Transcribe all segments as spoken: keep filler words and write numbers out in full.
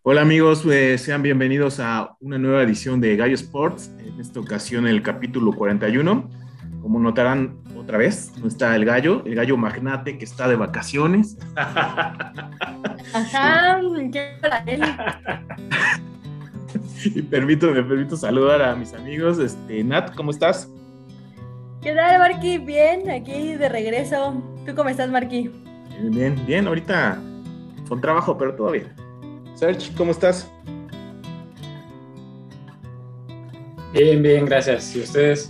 Hola amigos, pues, sean bienvenidos a una nueva edición de Gallo Sports. En esta ocasión el capítulo cuarenta y uno. Como notarán otra vez, no está el gallo, el gallo magnate que está de vacaciones. Ajá, qué para él. Y permito, me permito saludar a mis amigos. Este, Nat, ¿cómo estás? ¿Qué tal, Marqui? Bien, aquí de regreso. ¿Tú cómo estás, Marqui? Bien, bien, bien, ahorita con trabajo, pero todo bien. Serge, ¿cómo estás? Bien, bien, gracias. ¿Y ustedes?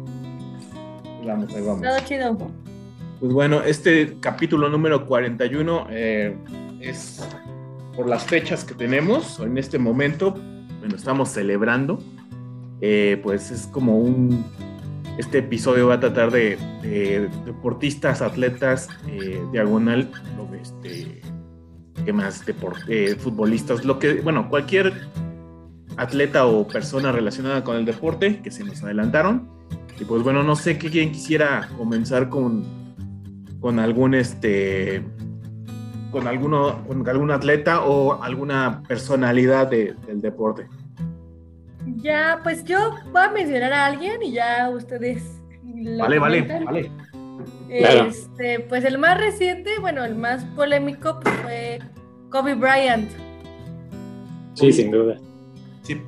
Ahí vamos, ahí vamos. Todo chido. Pues bueno, este capítulo número cuarenta y uno eh, es por las fechas que tenemos en este momento. Bueno, estamos celebrando. Eh, pues es como un. Este episodio va a tratar de, de deportistas, atletas, eh, diagonal, lo, este, ¿qué más? Deport, eh, futbolistas, lo que, bueno, cualquier atleta o persona relacionada con el deporte que se nos adelantaron. Y pues bueno, no sé qué quién quisiera comenzar con, con algún este con alguno, con algún atleta o alguna personalidad de, del deporte. Ya, pues yo voy a mencionar a alguien y ya ustedes lo Vale, vale, comentan. vale. Claro. Este, pues el más reciente, bueno, el más polémico pues, fue Kobe Bryant. Sí, sin duda. Sí.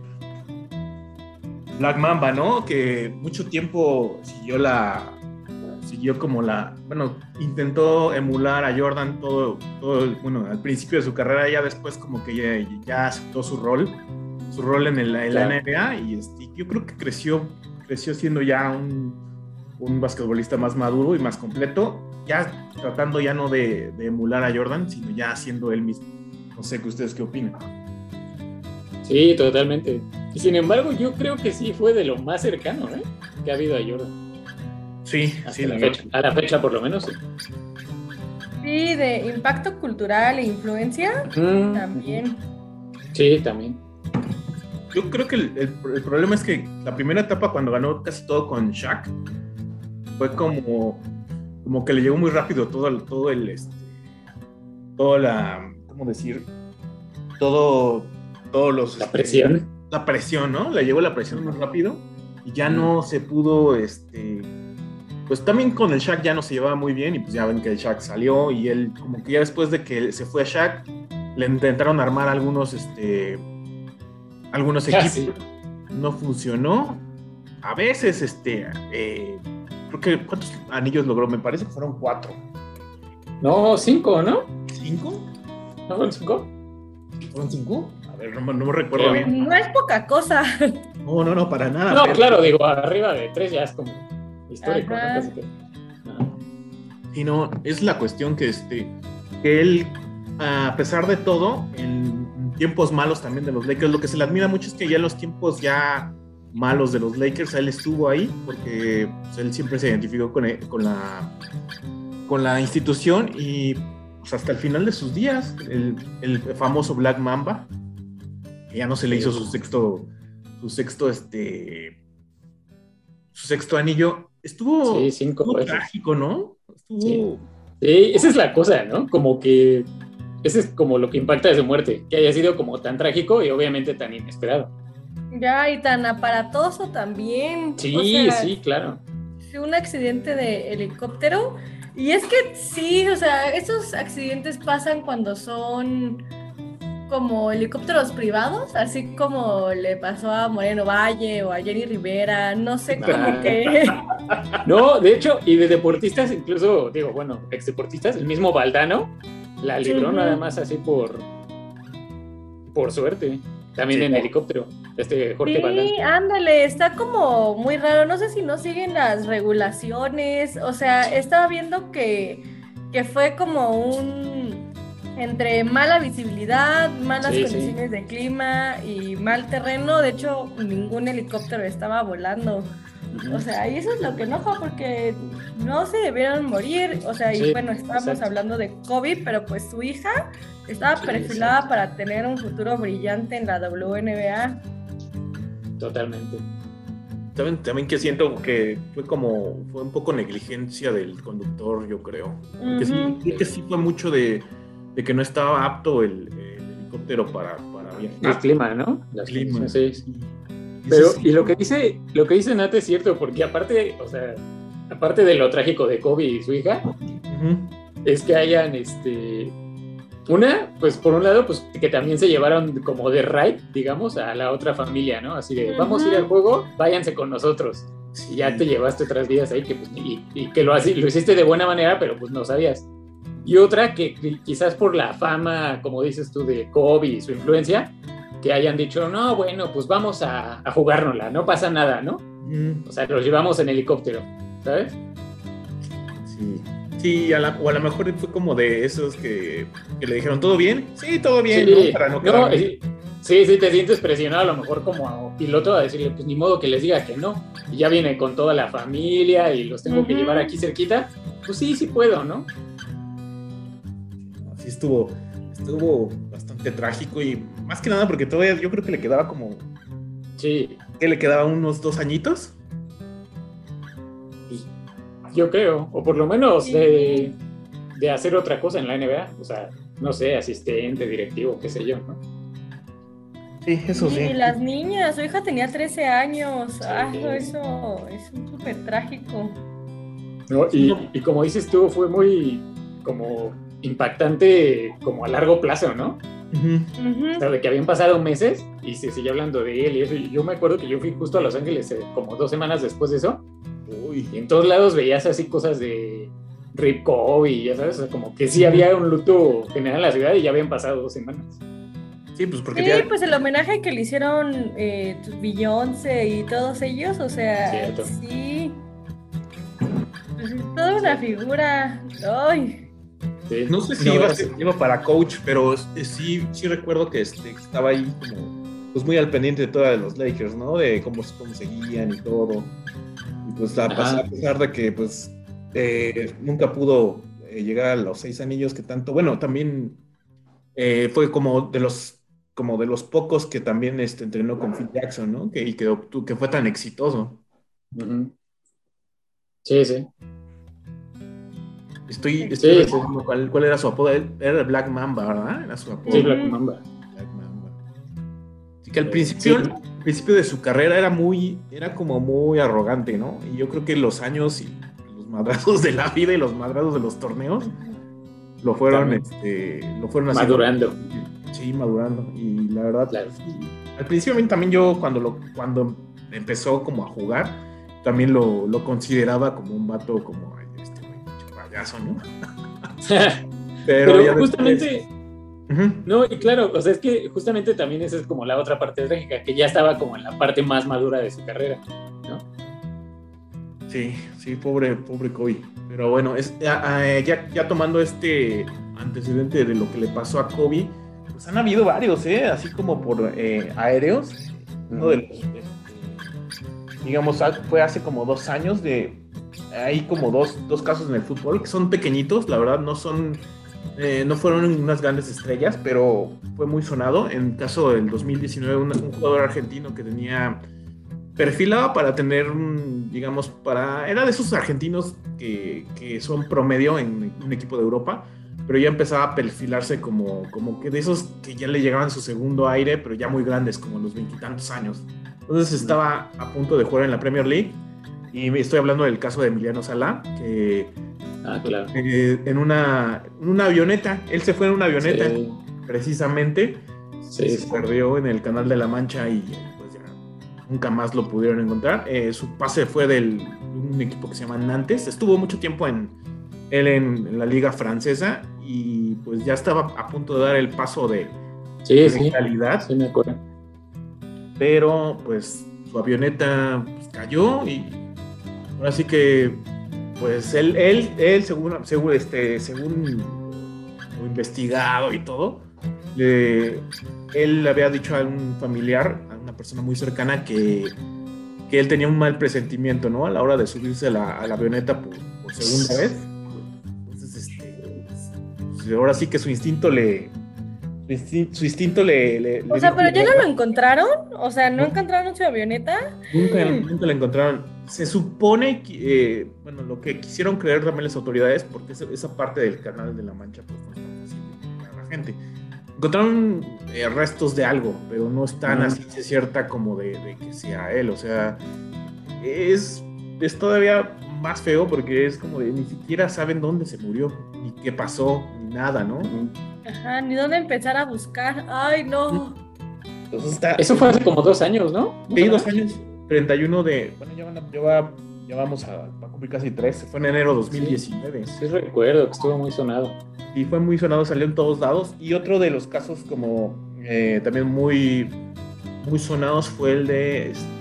Black Mamba, ¿no? Que mucho tiempo siguió la siguió como la, bueno, intentó emular a Jordan todo, todo el, bueno, al principio de su carrera, ya después como que ya, ya aceptó su rol, su rol en, el, en Claro. la N B A y este, yo creo que creció, creció siendo ya un, un basquetbolista más maduro y más completo, ya tratando ya no de, de emular a Jordan, sino ya siendo él mismo. No sé, ¿que ustedes qué opinan? Sí, totalmente. Y sin embargo, yo creo que sí fue de lo más cercano, ¿eh? Que ha habido a Jordan. Sí, Hasta sí, la la fecha. verdad. A la fecha, por lo menos, sí. Sí, de impacto cultural e influencia Mm, también. Sí, también. Yo creo que el, el, el problema es que la primera etapa cuando ganó casi todo con Shaq fue como, como que le llegó muy rápido todo el, todo el, este, toda la, ¿cómo decir? Todo, todos los, La este, presión. la presión, ¿no? Le llegó la presión muy rápido y ya no se pudo, este, pues también con el Shaq ya no se llevaba muy bien y pues ya ven que el Shaq salió y él, como que ya después de que se fue a Shaq, le intentaron armar algunos, este, algunos Ah, equipos, sí. no funcionó. A veces, este, eh, creo que, ¿cuántos anillos logró? Me parece que fueron cuatro. No, cinco, ¿no? ¿Cinco? ¿No fueron cinco? ¿Fueron cinco? A ver, no, no me recuerdo Creo. bien. No es poca cosa. No, no, no, para nada. No, pero... claro, digo, arriba de tres ya es como histórico, Ajá. ¿no? Casi que. Ajá. Sí, no, es la cuestión que, este, que él, a pesar de todo, en tiempos malos también de los Lakers, lo que se le admira mucho es que ya en los tiempos ya malos de los Lakers, él estuvo ahí, porque pues, él siempre se identificó con, con, la, con la institución y pues, hasta el final de sus días, el, el famoso Black Mamba, que ya no se le hizo su sexto, su sexto, este, su sexto anillo, Sí, estuvo, cinco estuvo veces. trágico, ¿no? Sí. Estuvo... Sí, esa es la cosa, ¿no? Como que. Ese es como lo que impacta de su muerte, que haya sido como tan trágico y obviamente tan inesperado. Ya, y tan aparatoso también. O Sí, sea, sí, claro. un accidente de helicóptero. Y es que sí, o sea, esos accidentes pasan cuando son como helicópteros privados, así como le pasó a Moreno Valle o a Jenny Rivera, no sé, como que... No, de hecho, y de deportistas, incluso, digo, bueno, ex deportistas, el mismo Valdano la libró Ujú. nada más así por, por suerte. También Sí. en helicóptero, este Jorge Valdano. Sí, ándale, está como muy raro, no sé si no siguen las regulaciones, o sea, estaba viendo que, que fue como un, entre mala visibilidad, malas Sí, sí. condiciones de clima y mal terreno, de hecho ningún helicóptero estaba volando, Ujú. o sea, y eso es lo que enoja porque no se debieron morir, o sea, y Sí, bueno, estábamos exacto. hablando de COVID, pero pues su hija estaba Sí, perfilada exacto. para tener un futuro brillante en la W N B A. Totalmente. También, también que siento que fue como, fue un poco negligencia del conductor, yo creo. Porque sí, Ujú. creo que sí fue mucho de, de que no estaba apto el, el helicóptero para, para todavía. El clima, ¿no? Las clima. condiciones, sí. Y Pero, eso sí. y lo que dice, lo que dice Nat es cierto, porque aparte, o sea, aparte de lo trágico de Kobe y su hija, Ujú. es que hayan, este, una, pues por un lado, pues que también se llevaron como de raid, digamos, a la otra familia, ¿no? Así de, vamos a ir al juego, váyanse con nosotros. Y ya te llevaste otras vidas ahí, que pues, y, y que lo, así, lo hiciste de buena manera, pero pues no sabías. Y otra que quizás por la fama, como dices tú, de Kobe y su influencia, que hayan dicho, no, bueno, pues vamos a, a jugárnosla, no pasa nada, ¿no? Mm, O sea, los llevamos en helicóptero, ¿sabes? sí. Sí, a la- o a lo mejor fue como de esos que, que le dijeron, ¿todo bien? Sí, todo bien, Sí, ¿no? Para no no, quedar... sí, sí, sí, te sientes presionado a lo mejor como piloto a decirle, pues ni modo que les diga que no. Y ya viene con toda la familia y los tengo que Ujú. llevar aquí cerquita. Pues sí, sí puedo, ¿no? Así estuvo, estuvo bastante trágico y más que nada porque todavía yo creo que le quedaba como, Sí, que le quedaba unos dos añitos. pues, yo creo. O por lo menos Sí. de, de hacer otra cosa en la N B A. O sea, no sé, asistente, directivo, qué sé yo, ¿no? Sí, eso sí. Y las niñas, su hija tenía trece años. Sí. Ah, eso es súper trágico. ¿No? Y, y como dices tú, fue muy como impactante como a largo plazo, ¿no? Ujú. Ujú. O sea, de que habían pasado meses y se sigue hablando de él y eso. Y yo me acuerdo que yo fui justo a Los Ángeles eh, como dos semanas después de eso. Uy, Y en todos lados veías así cosas de Rip Kobe y ya sabes, o sea, como que sí había un luto general en la ciudad y ya habían pasado dos semanas. sí, pues porque Sí, ya... pues el homenaje que le hicieron eh, Beyoncé y todos ellos, o sea, Cierto. sí. Pues es toda una figura. Ay. Sí. No sé si No, iba, a era- ser- iba para coach, pero eh, sí, sí recuerdo que este, estaba ahí como pues muy al pendiente de todos los Lakers, ¿no? De cómo, cómo seguían y todo. Y pues a, Ajá. a pesar de que pues eh, nunca pudo eh, llegar a los seis anillos que tanto, bueno, también eh, fue como de los como de los pocos que también este, entrenó con Phil Jackson, ¿no? Que, y que, obtu- que fue tan exitoso. Ujú. Sí, sí. Estoy, estoy Sí, sí. recordando cuál, cuál era su apodo. Él- Era el Black Mamba, ¿verdad? Era su apodo. Sí, Ujú. Black Mamba. Black Mamba. Así que al Eh, principio, sí. al principio de su carrera era muy, era como muy arrogante, ¿no? Y yo creo que los años y los madrazos de la vida y los madrazos de los torneos lo fueron, También. este, lo fueron haciendo. Madurando. Sí, madurando. Y la verdad, Claro. sí, al principio a mí también yo cuando lo, cuando empezó como a jugar, también lo, lo consideraba como un vato como ay, este güey, pinche payaso, ¿no? Pero, Pero ya después- justamente, Ujú. no, y claro, o sea, es que justamente también esa es como la otra parte trágica, que ya estaba como en la parte más madura de su carrera, ¿no? Sí, sí, pobre, pobre Kobe. Pero bueno, es, ya, ya, ya tomando este antecedente de lo que le pasó a Kobe, pues han habido varios, ¿eh? Así como por eh, aéreos. Uno de los, este, digamos, fue hace como dos años de... Hay como dos, dos casos en el fútbol que son pequeñitos, la verdad, no son... Eh, no fueron unas grandes estrellas, pero fue muy sonado. En el caso del dos mil diecinueve, un, un jugador argentino que tenía... perfilaba para tener, digamos, para... Era de esos argentinos que, que son promedio en un equipo de Europa, pero ya empezaba a perfilarse como, como que de esos que ya le llegaban su segundo aire, pero ya muy grandes, como los veintitantos años. Entonces estaba a punto de jugar en la Premier League, y me estoy hablando del caso de Emiliano Sala, que Ah, claro. eh, en, una, en una avioneta, él se fue en una avioneta, Sí, precisamente, sí, y se sí. perdió en el Canal de la Mancha y pues ya nunca más lo pudieron encontrar. Eh, su pase fue del, de un equipo que se llama Nantes. Estuvo mucho tiempo en, él en, en la liga francesa y pues ya estaba a punto de dar el paso de, Sí, de sí, calidad, sí me acuerdo. pero pues su avioneta pues, cayó y ahora sí que pues él, él, él según, según, este, según lo investigado y todo, eh, él le había dicho a un familiar, a una persona muy cercana, que, que él tenía un mal presentimiento, ¿no? A la hora de subirse a la, a la avioneta por, por segunda vez. Entonces, este, pues, ahora sí que su instinto le... Su instinto, su instinto le, le, le O sea, dijo pero que ya no lo encontraron. O sea, no No. encontraron su avioneta. Nunca, nunca la encontraron. Se supone que, eh, bueno, lo que quisieron creer también las autoridades, porque esa, esa parte del Canal de la Mancha pues, no es tan fácil para la gente. encontraron eh, restos de algo, pero no están Ujú. así de cierta como de, de que sea él. O sea, es, es todavía más feo porque es como de ni siquiera saben dónde se murió, ni qué pasó, ni nada, ¿no? Ajá, ni dónde empezar a buscar. Ay, no. Entonces está... Eso fue hace como dos años, ¿no? Sí, dos años, treinta y uno de... Bueno, ya, van a- ya, va, ya vamos a, va a cumplir casi tres. Fue en enero de dos mil diecinueve. Sí, recuerdo que estuvo muy sonado. Y fue muy sonado, salió en todos lados. Y otro de los casos como eh, también muy, muy sonados fue el de este,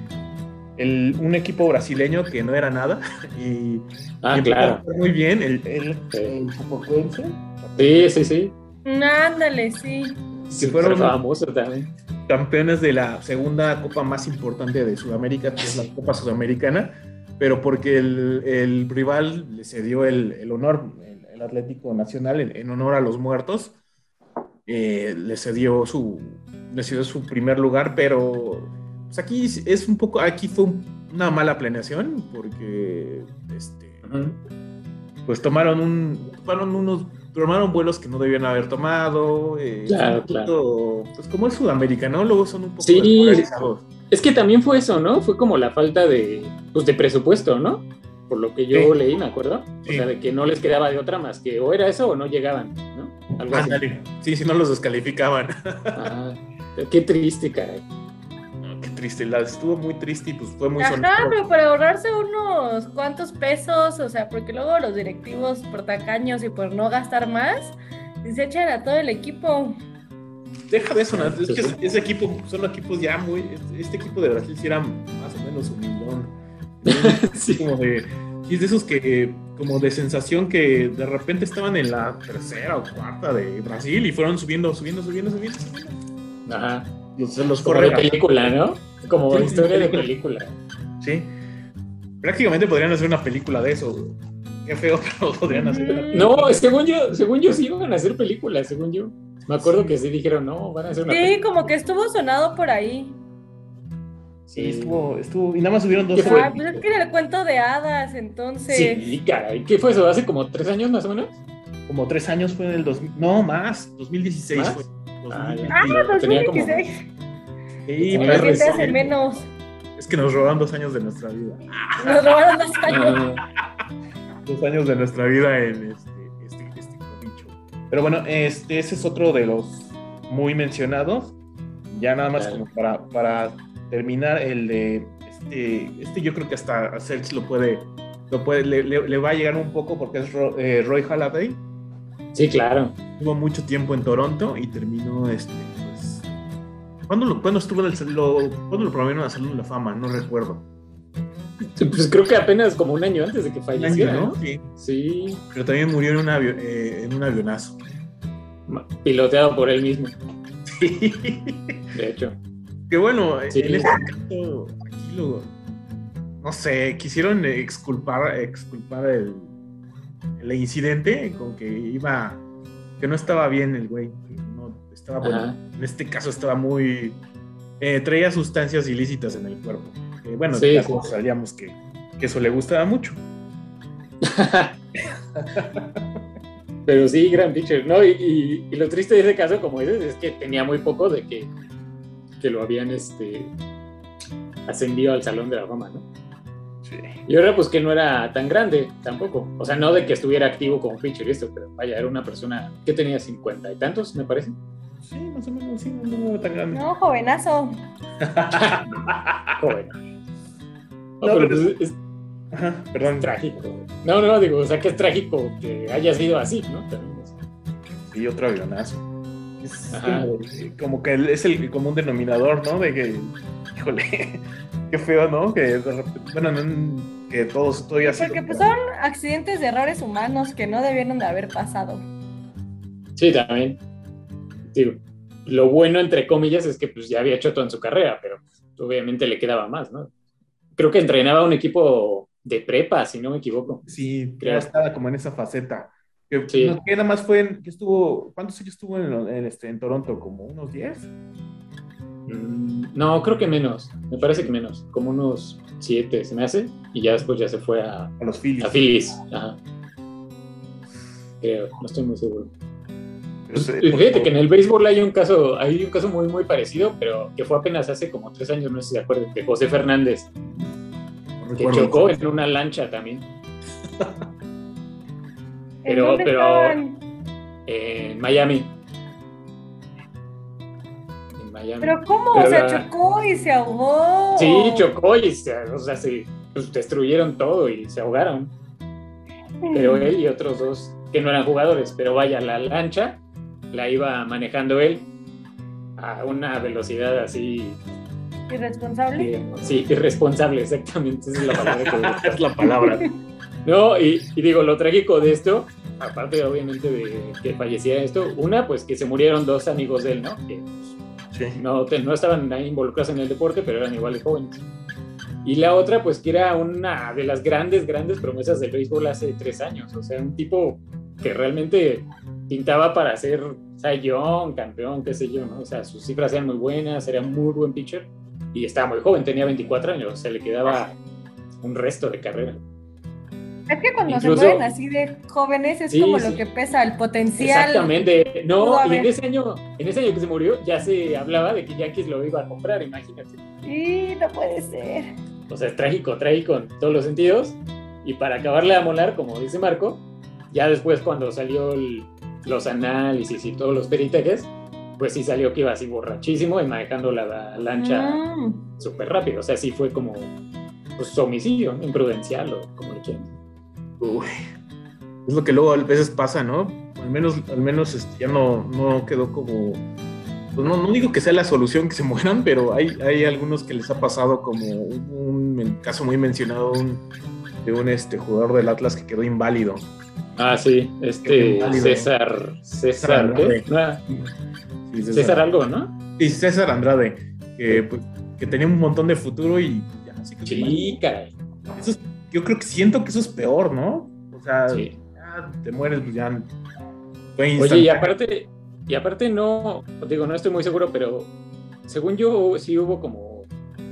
el, un equipo brasileño que no era nada. Y, Ah, y claro. fue muy bien, el, el, Sí. el Chapecoense, Sí, sí, sí. Ándale, sí. que fueron famoso también. campeones de la segunda copa más importante de Sudamérica, que es la Copa Sudamericana, pero porque el, el rival le cedió el, el honor, el, el Atlético Nacional, en, en honor a los muertos, eh, le cedió su le cedió su primer lugar, pero pues aquí es un poco, aquí fue un, una mala planeación, porque este, Uh-huh. pues tomaron un tomaron unos tomaron vuelos que no debían haber tomado, eh, Claro, un poquito, pues como es Sudamérica, ¿no? Luego son un poco Sí. desmoralizados. Es que también fue eso, ¿no? Fue como la falta de, pues, de presupuesto, ¿no? Por lo que yo Sí. leí, me acuerdo. Sí. O sea, de que no les quedaba de otra más que o era eso o no llegaban, ¿no? Algo así. Ándale. Sí, si no los descalificaban. Ajá. Qué triste, caray. No, qué triste, la estuvo muy triste y pues fue muy Ajá, sonado. pero para ahorrarse unos cuantos pesos, o sea, porque luego los directivos por tacaños y por no gastar más, se echan a todo el equipo. Deja de eso, ¿no? Es Sí, que sí. ese equipo, son equipos ya muy, este, este equipo de Brasil sí era más o menos humildón. Sí. Como de, sí, es de esos que, como de sensación que de repente estaban en la tercera o cuarta de Brasil y fueron subiendo, subiendo, subiendo, subiendo. subiendo. Ajá. Los, se los Como fue de regalando. película, ¿no? Como Sí, historia de película. película. Sí. Prácticamente podrían hacer una película de eso. Qué feo, pero podrían hacer una película. No, según yo, según yo sí iban a hacer películas, según yo. Me acuerdo que sí dijeron, no, van a hacer una Sí, película. como que estuvo sonado por ahí. Sí, estuvo, estuvo, y nada más subieron dos. ¿Qué fue? Ah, pues es que era el cuento de hadas, entonces. Sí, caray. ¿Qué fue eso? ¿Hace como tres años más o menos? Como tres años fue en el dos mil, no más, dos mil dieciséis ¿Más? fue. Ah, ya. Ah, Tenía como- dos mil dieciséis. Sí, como La pero gente recién. hace menos. es que nos robaron dos años de nuestra vida. Nos robaron dos años. Ah, Dos años de nuestra vida en este, este, este bicho. Pero bueno, este, ese es otro de los muy mencionados. Ya nada más Claro. como para, para terminar el de este, este yo creo que hasta a Serge lo puede, lo puede le, le- le va a llegar un poco porque es Ro- eh, Roy Halladay. sí, claro. Tuvo mucho tiempo en Toronto y terminó este, pues. ¿Cuándo lo, cuándo estuvo en el lo, ¿cuándo lo promovieron a Salón de la Fama? No recuerdo. Pues creo que apenas como un año antes de que Un falleciera, año, ¿no? ¿no? Sí. Sí, Pero también murió en, un avio- eh, en un avionazo. piloteado por él mismo, Sí. de hecho. Que bueno, Sí. en este caso, aquí lo. No sé, quisieron exculpar, exculpar el, el incidente con que iba. Que no estaba bien el güey. Que no estaba bueno. Ajá. En este caso estaba muy. Eh, traía sustancias ilícitas en el cuerpo. Que, bueno, Sí, ya sí. todos sabíamos que, que eso le gustaba mucho. Pero sí, gran picture, ¿no? Y, y- y lo triste de ese caso, como dices, es que tenía muy poco de que, que lo habían este, ascendido al Salón de la Fama, ¿no? Sí. Y ahora, pues que no era tan grande tampoco. O sea, no de que estuviera activo como pitcher y esto, pero vaya, era una persona que tenía cincuenta y tantos, me parece. Sí, más o menos, sí, no, no era tan grande. No, jovenazo. Joven. No, No, pero pero pues, es Ajá, perdón. trágico. No, no, digo, o sea, que es trágico que haya sido así, ¿no? También es- Sí, otro avionazo. Es Ajá. como, como que es el común denominador, ¿no? De que, híjole, qué feo, ¿no? Que de repente, bueno, no, que todos todavía así. Porque pues son accidentes de errores humanos que no debieron de haber pasado. Sí, también. Digo, lo bueno, entre comillas, es que pues ya había hecho todo en su carrera, pero pues, obviamente le quedaba más, ¿no? Creo que entrenaba un equipo de prepa, si no me equivoco. Sí, Creo. ya estaba como en esa faceta. Que, Sí. no, que nada más fue, en, que estuvo, ¿cuántos años estuvo en, en, este, en Toronto? ¿Como unos diez? Mm, No, creo que menos. Me parece que menos. Como unos siete, se me hace. Y ya después ya se fue a, A los Phillies. a Phillies. Ajá. Creo, no estoy muy seguro. Pues, fíjate que en el béisbol hay un caso, hay un caso muy muy parecido, pero que fue apenas hace como tres años, no sé si se acuerdan, de José Fernández, no que chocó en una lancha también. pero, ¿En pero estaban? en Miami. En Miami. ¿Pero cómo? Pero o sea, la... chocó y se ahogó. Sí, chocó y se, o sea, se pues, destruyeron todo y se ahogaron. Pero él y otros dos que no eran jugadores, pero vaya, la lancha la iba manejando él a una velocidad así. ¿Irresponsable? Eh, sí, irresponsable, exactamente, esa es la palabra que es la palabra. No, y, y digo, lo trágico de esto, aparte obviamente de que falleciera esto, una, pues que se murieron dos amigos de él, ¿no? Que sí. no, te, no estaban ahí involucrados en el deporte, pero eran igual de jóvenes. Y la otra, pues que era una de las grandes, grandes promesas del béisbol hace tres años. O sea, un tipo que realmente pintaba para ser Cy Young, campeón, qué sé yo, ¿no? O sea, sus cifras eran muy buenas, era muy buen pitcher y estaba muy joven, tenía veinticuatro años, o sea, le quedaba un resto de carrera. Es que cuando Incluso, se mueren así de jóvenes es sí, como sí. lo que pesa, el potencial. Exactamente. No, y ver. en ese año, en ese año que se murió, ya se hablaba de que Yankees lo iba a comprar, imagínate. Sí, no puede ser. O sea, es trágico, trágico en todos los sentidos. Y para acabarle de amolar, como dice Marco, ya después cuando salió el, los análisis y todos los peritajes, pues sí salió que iba así borrachísimo y manejando la, la lancha Mm. súper rápido. O sea, sí fue como pues, homicidio, imprudencial o como le quieran. Uy, es lo que luego a veces pasa, ¿no? Al menos, al menos este, ya no, no quedó como... Pues no, no digo que sea la solución que se mueran, pero hay, hay algunos que les ha pasado como un, un caso muy mencionado un, de un este, jugador del Atlas que quedó inválido. Ah, sí, este César... César, ¿qué? Ah, sí, César. César algo, ¿no? Sí, César Andrade, que, pues, que tenía un montón de futuro y ya, así que... Sí, caray. Eso es, yo creo que siento que eso es peor, ¿no? O sea, sí. ya te mueres, pues ya... Oye, y aparte... Y aparte no, digo, no estoy muy seguro, pero según yo sí hubo como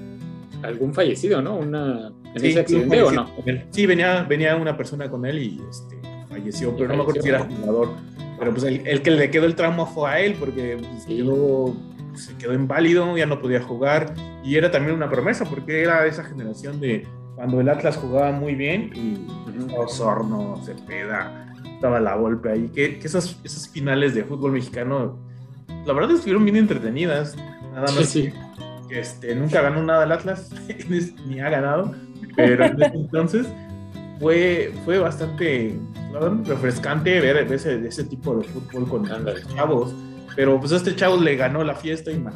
algún fallecido, ¿no? Una, ¿En sí, ese accidente o no? Sí, venía, venía una persona con él y este, falleció, pero y no falleció. me acuerdo si era jugador. Pero pues el, el que le quedó el trauma fue a él, porque pues, sí. quedó, se quedó inválido, ya no podía jugar. Y era también una promesa, porque era esa generación de cuando el Atlas jugaba muy bien y uh-huh. Osorno, Cepeda... estaba la Volpe ahí, que, que esas, esas finales de fútbol mexicano, la verdad estuvieron bien entretenidas, nada más sí, sí. que este, nunca ganó nada el Atlas, ni ha ganado, pero en ese entonces fue, fue bastante la verdad, refrescante ver ese, ese tipo de fútbol con los chavos, pero pues este chavo le ganó la fiesta y más.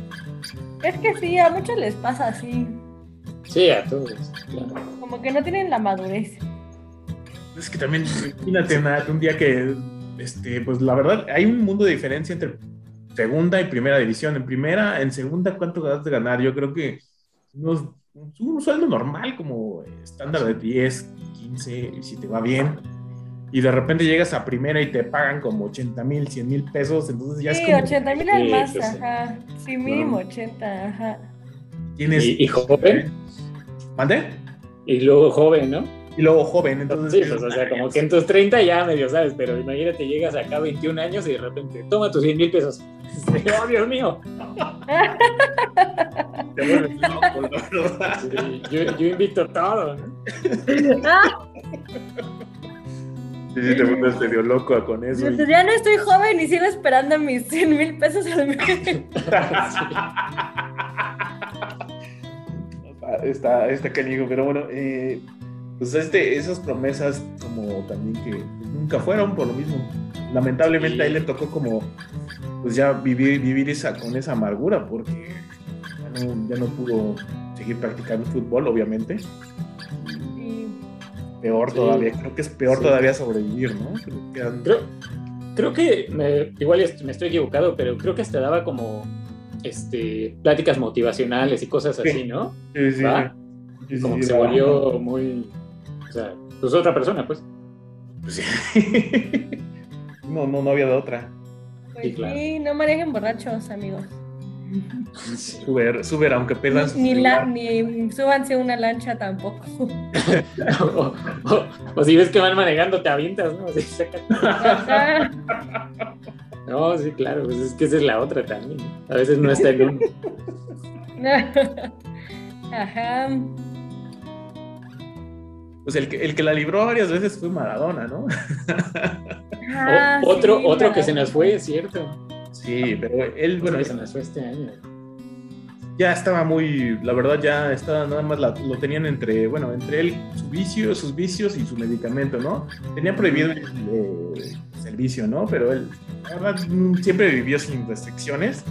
Es que sí, a muchos les pasa así. Sí, a todos, claro. Como que no tienen la madurez. Es que también, imagínate, Nat, un día que, este, pues la verdad, hay un mundo de diferencia entre segunda y primera división. En primera, en segunda, ¿cuánto vas de ganar? Yo creo que unos, un sueldo normal, como estándar de diez, quince, si te va bien. Y de repente llegas a primera y te pagan como ochenta mil, cien mil pesos, entonces ya sí, es como... ochenta mil al más, pues, ajá. Sí, mínimo no. ochenta, ajá. ¿Tienes... ¿Y, y joven? ¿Mande? Y luego joven, ¿no? Y luego joven, entonces... Sí, pues, o sea, como que en tus treinta ya medio sabes, pero imagínate, llegas acá a veintiún años y de repente, toma tus cien mil pesos. ¡Oh, Dios mío! Te vuelves loco, la verdad. Sí, yo, yo invito todo, ¿no? Sí, sí, te vuelves medio loco con eso. Entonces, y... ya no estoy joven y sigo esperando mis cien mil pesos al mes. está, está canijo, pero bueno, eh... pues este, esas promesas como también que nunca fueron por lo mismo. Lamentablemente sí. A él le tocó como pues ya vivir, vivir esa, con esa amargura porque ya no, ya no pudo seguir practicando fútbol, obviamente. Y peor sí. todavía, creo que es peor sí. todavía sobrevivir, ¿no? Creo que, han... creo, creo que me, igual me estoy equivocado, pero creo que hasta daba como este, pláticas motivacionales y cosas sí. así, ¿no? Sí, sí. sí como sí, que se volvió no. muy... O sea, pues otra persona, pues. Pues sí. No, no, no había de otra. Pues sí, claro. Sí, no manejen borrachos, amigos. Suber, suber, aunque pedas. Ni, ni, la, ni súbanse una lancha tampoco. o, o, o si ves que van manejando, te avientas, ¿no? No, sí, claro, pues es que esa es la otra también, ¿no? A veces no está en uno. Ajá. Pues el que, el que la libró varias veces fue Maradona, ¿no? Ah, O- otro sí, otro que se Maradona. nos fue, es cierto. Sí, pero él, Otro bueno, que se nos fue este año. ya estaba muy, la verdad ya estaba nada más, la- lo tenían entre, bueno, entre él, su vicio, sus vicios y su medicamento, ¿no? Tenía prohibido el, eh, el vicio, ¿no? Pero él, la verdad, mm, siempre vivió sin restricciones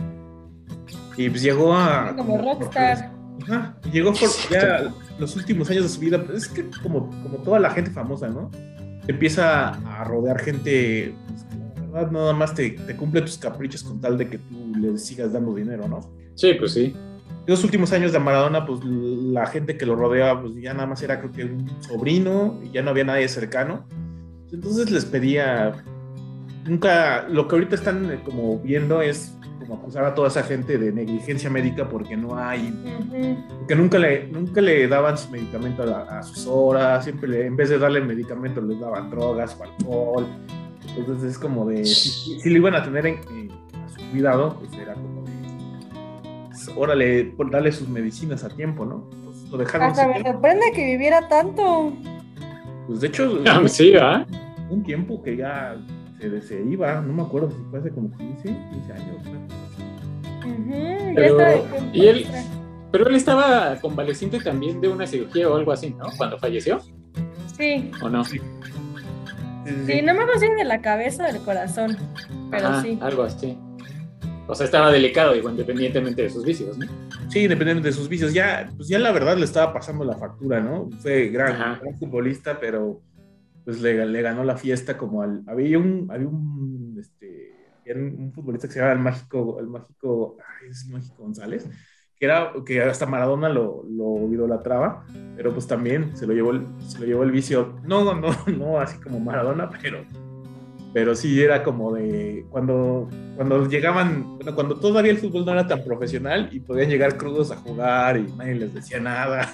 y pues llegó a... Como rockstar. Ajá, y llegó por ya los últimos años de su vida, pues es que como, como toda la gente famosa, ¿no? Empieza a rodear gente, pues, que la verdad nada más te, te cumple tus caprichos con tal de que tú le sigas dando dinero, ¿no? Sí, pues sí. Los últimos años de Maradona, pues la gente que lo rodeaba, pues ya nada más era creo que un sobrino y ya no había nadie cercano. Entonces les pedía, nunca, lo que ahorita están eh, como viendo es como acusar a toda esa gente de negligencia médica porque no hay, Ujú. porque nunca le, nunca le daban su medicamento a, a sus horas, siempre le, en vez de darle medicamento les daban drogas o alcohol. Entonces es como de, si, si lo iban a tener en, en- a su cuidado, pues era como de, pues, órale, por darle sus medicinas a tiempo, ¿no? Entonces lo dejaron Hasta me sin- sorprende que viviera tanto. pues de hecho, Ah, sí, ¿ah? un tiempo que ya se, se iba, no me acuerdo si fue hace como quince, quince años. ¿No? Ujú, ya Pero- está. y él- Pero él estaba convaleciente también de una cirugía o algo así, ¿no? Cuando falleció, Sí, ¿o no? Sí, sí, sí, sí. no me acuerdo si de la cabeza o del corazón, pero Ajá, sí. algo así. O sea, estaba delicado, digo, independientemente de sus vicios, ¿no? Sí, independientemente de sus vicios, ya, pues ya la verdad le estaba pasando la factura, ¿no? Fue gran, Ajá. gran futbolista, pero pues le, le ganó la fiesta como al... Había un, había un, este, había un, un futbolista que se llama el Mágico, el Mágico, ay, es Mágico González, que era, que hasta Maradona lo, lo idolatraba, pero pues también se lo llevó el, se lo llevó el vicio, no, no, no así como Maradona, pero, pero sí era como de, cuando, cuando llegaban, bueno, cuando todavía el fútbol no era tan profesional y podían llegar crudos a jugar y nadie les decía nada,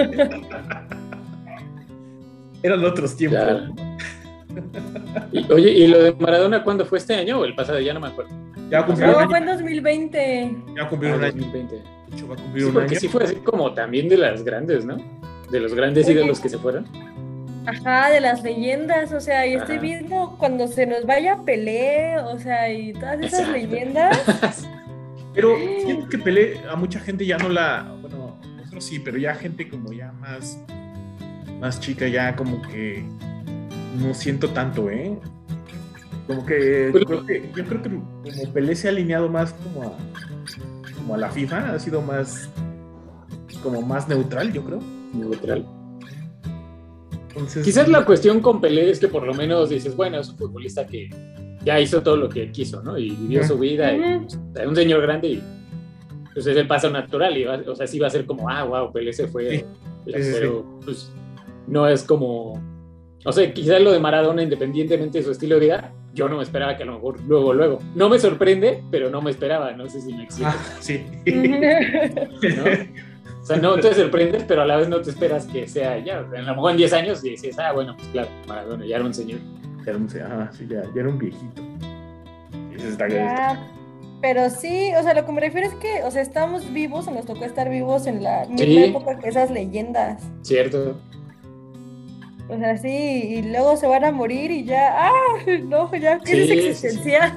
eran otros tiempos. Ya. Y, oye, ¿y lo de Maradona cuándo fue este año o el pasado? Ya no me acuerdo. Ya cumplió un No, año, fue en dos mil veinte. ya cumplió Ah, un año, dos mil veinte. de hecho va a cumplir Sí, un porque año. sí fue así como también de las grandes, ¿no? De los grandes Oye. ídolos que se fueron. Ajá, de las leyendas, o sea, y estoy Ajá. viendo cuando se nos vaya Pelé, o sea, y todas esas Exacto. leyendas. Pero siento que Pelé a mucha gente ya no la, bueno, nosotros sí, pero ya gente como ya más, más chica, ya como que no siento tanto, ¿eh? Como que, Pues- creo que yo creo que como Pelé se ha alineado más como a, como a la FIFA, ha sido más, como más neutral, yo creo. Neutral. Entonces, Quizás la cuestión con Pelé es que por lo menos dices, bueno, es un futbolista que ya hizo todo lo que quiso, ¿no? Y vivió Ujú. su vida, y Ujú. pues, era un señor grande y pues es el paso natural, y va- o sea, sí va a ser como, ah, wow, Pelé se fue, Sí. Sí, sí, pero pues no es como, o sea, quizás lo de Maradona, independientemente de su estilo de vida, yo no me esperaba que a lo mejor luego, luego, no me sorprende, pero no me esperaba, no sé si me explico, ah, sí. ¿no? O sea, no te sorprendes, pero a la vez no te esperas que sea ya. O sea, a lo mejor en diez años y dices, ah, bueno, pues claro, Maradona ya era un señor. Ya era un, ajá, sí, ya, ya era un viejito. Ese está- Ya, pero sí, o sea, lo que me refiero es que, o sea, estamos vivos, o nos tocó estar vivos en la misma Sí. época que esas leyendas. ¿Cierto? O sea, sí, y luego se van a morir y ya, ah, no, ya, crisis Sí, sí, sí. existencial.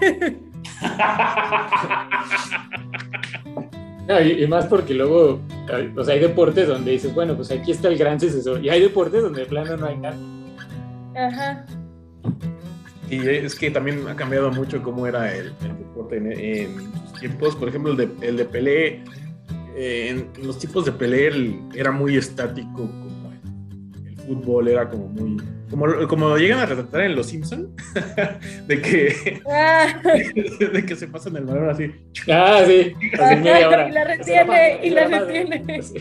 No, y, y más porque luego, eh, o sea, hay deportes donde dices, bueno, pues aquí está el gran sucesor. Y hay deportes donde de plano no hay nada. Ajá. Y es que también ha cambiado mucho cómo era el, el deporte en, en sus tiempos. Por ejemplo, el de, el de Pelé, eh, en, en los tipos de Pelé él era muy estático, como el, el fútbol era como muy... Como, como lo llegan a retratar en Los Simpsons, de que, Ah, de que se pasan el balón así. Ah, sí, hace media hora. y la Se retiene, pasa, y se la pasa. retiene. Sí.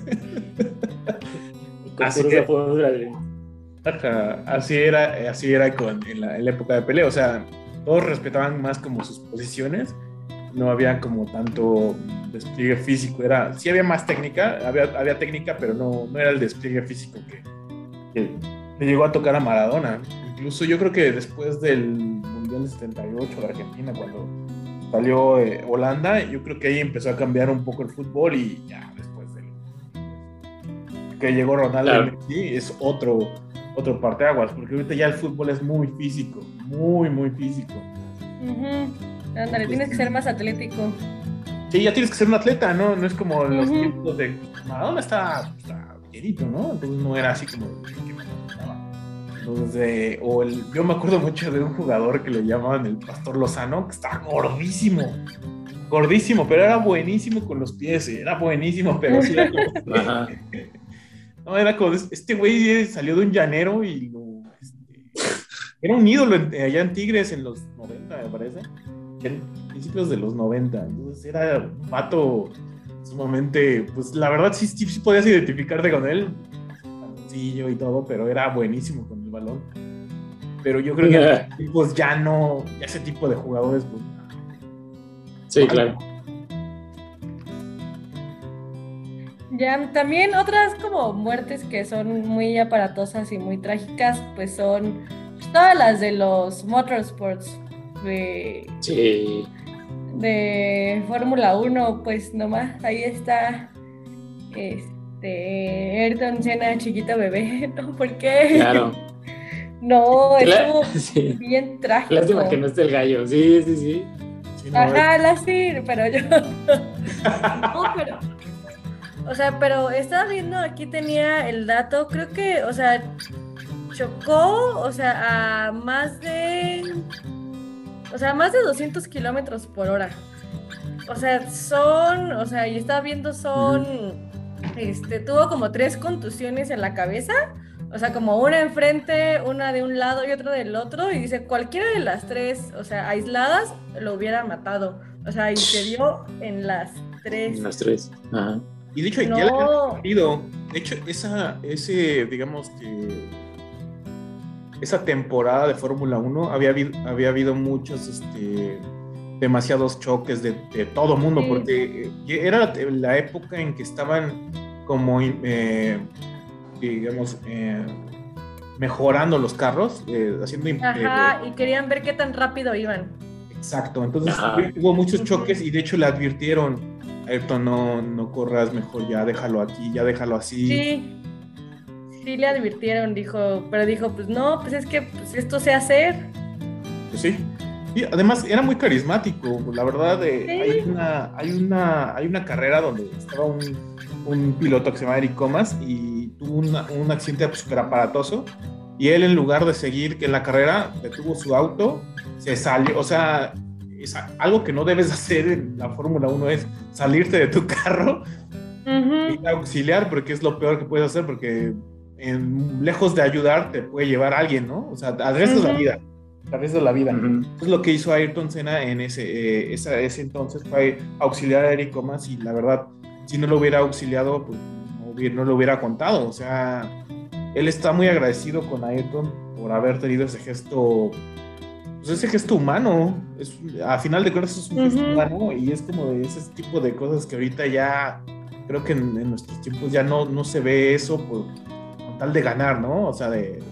Con Así puros que- apodos de- Ajá, así era, así era con, en, la, en la época de Pelé, o sea, todos respetaban más como sus posiciones, no había como tanto despliegue físico, era, sí había más técnica, había, había técnica, pero no, no era el despliegue físico que, que le llegó a tocar a Maradona. Incluso yo creo que después del, Mundial de setenta y ocho de Argentina, cuando salió eh, Holanda. Yo creo que ahí empezó a cambiar un poco el fútbol y ya después de que llegó Ronaldo Claro. y Messi es otro, otro parteaguas, porque ahorita ya el fútbol es muy físico, muy, muy físico. Ujú. Ándale, tienes que ser más atlético. Sí, ya tienes que ser un atleta, ¿no? No es como los Ujú. tiempos de Maradona está, está llenito, ¿no? Entonces no era así como que me gustaba. Entonces, eh, o el, yo me acuerdo mucho de un jugador que le llamaban el Pastor Lozano, que estaba gordísimo, gordísimo, pero era buenísimo con los pies, era buenísimo, pero sí era como, Ajá. no, era como, este güey salió de un llanero y lo, este, era un ídolo en- allá en Tigres en los noventa, me parece, en principios de los noventa. Entonces era un vato sumamente, pues la verdad sí, sí, sí podías identificarte con él, sencillo y todo, pero era buenísimo con el balón. Pero yo creo que pues ya no, ya ese tipo de jugadores, pues, Sí, claro. Ya, también otras como muertes que son muy aparatosas y muy trágicas, pues son todas las de los motorsports, de, Sí. de Fórmula uno, pues nomás ahí está este Ayrton Senna, chiquito bebé, ¿no? ¿Por qué? Claro. No, Qué la- estuvo sí. bien trágico. Lástima que no esté el gallo. Sí, sí, sí. sí, no, Ajá, la sí, pero yo. No, pero. O sea, pero estaba viendo, aquí tenía el dato, creo que, o sea, chocó, o sea, a más de. O sea, más de doscientos kilómetros por hora. O sea, son. O sea, y estaba viendo, son. Este, tuvo como tres contusiones en la cabeza. O sea, como una enfrente, una de un lado y otra del otro. Y dice, cualquiera de las tres, o sea, aisladas, lo hubiera matado. O sea, y se dio en las tres. Las tres. Ajá. y de hecho No. ya le habían partido. De hecho, esa, ese, digamos que esa temporada de Fórmula uno había habido, había habido muchos, este, demasiados choques de, de todo mundo, Sí. porque eh, era la, la época en que estaban como, eh, digamos, eh, mejorando los carros, eh, haciendo... eh, Ajá, y querían ver qué tan rápido iban. exacto, entonces Ajá. hubo muchos Ujú. choques y de hecho le advirtieron, Ayrton, no, no corras, mejor ya déjalo aquí, ya déjalo así. Sí, sí le advirtieron, dijo, pero dijo, pues no, pues es que pues esto sé hacer. Pues sí. Y además era muy carismático, la verdad. eh, Sí. hay, una, hay, una, hay una carrera donde estaba un, un piloto que se llama Eric Comas y tuvo una, un accidente súper aparatoso y él, en lugar de seguir en la carrera, detuvo su auto, se salió, o sea, es algo que no debes hacer en la Fórmula uno, es salirte de tu carro Ujú. y auxiliar, porque es lo peor que puedes hacer, porque en, lejos de ayudar te puede llevar a alguien, ¿no? O sea, arriesgas la Ujú. vida, arriesgas la vida. Ujú. Entonces lo que hizo Ayrton Senna en ese, eh, esa, ese entonces fue auxiliar a Eric Comas y la verdad, si no lo hubiera auxiliado, pues no, hubiera, no lo hubiera contado. O sea, él está muy agradecido con Ayrton por haber tenido ese gesto, pues ese gesto humano. Es, a final de cuentas es un gesto Ujú. humano y es como de ese tipo de cosas que ahorita ya, creo que en, en nuestros tiempos ya no, no se ve eso por, con tal de ganar, ¿no? O sea, de,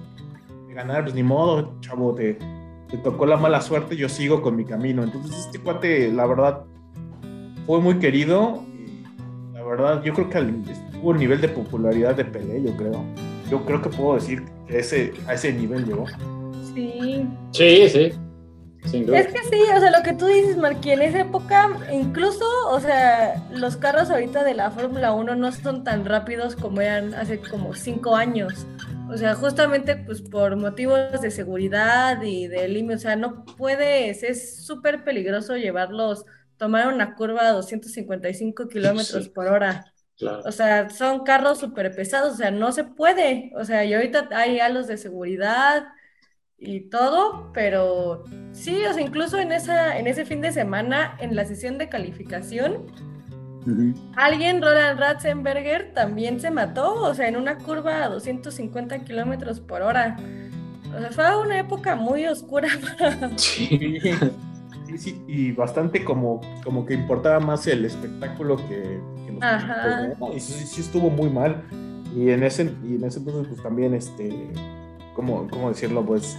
de ganar, pues ni modo, chavo, te, te tocó la mala suerte, yo sigo con mi camino. Entonces este cuate, la verdad, fue muy querido y la verdad, yo creo que al, tuvo un nivel de popularidad de Pelé, yo creo. Yo creo que puedo decir que ese, a ese nivel llegó. Sí. Sí, sí. Sin duda. Es que sí, o sea, lo que tú dices, Marqui, en esa época, incluso, o sea, los carros ahorita de la Fórmula uno no son tan rápidos como eran hace como cinco años. O sea, justamente pues por motivos de seguridad y de límite, o sea, no puedes, es súper peligroso llevarlos, tomar una curva a doscientos cincuenta y cinco kilómetros Sí, por hora. claro. O sea, son carros súper pesados, o sea, no se puede. O sea, y ahorita hay halos de seguridad y todo, pero sí, o sea, incluso en esa, en ese fin de semana, en la sesión de calificación, Ujú. alguien, Roland Ratzenberger, también se mató, o sea, en una curva a doscientos cincuenta kilómetros por hora. O sea, fue una época muy oscura para... Sí. Sí, sí, sí, y bastante como, como que importaba más el espectáculo que, que los Ajá. pilotos, ¿no? Y sí, sí estuvo muy mal. Y en ese, y en ese entonces, pues también, este, ¿cómo, cómo decirlo? Pues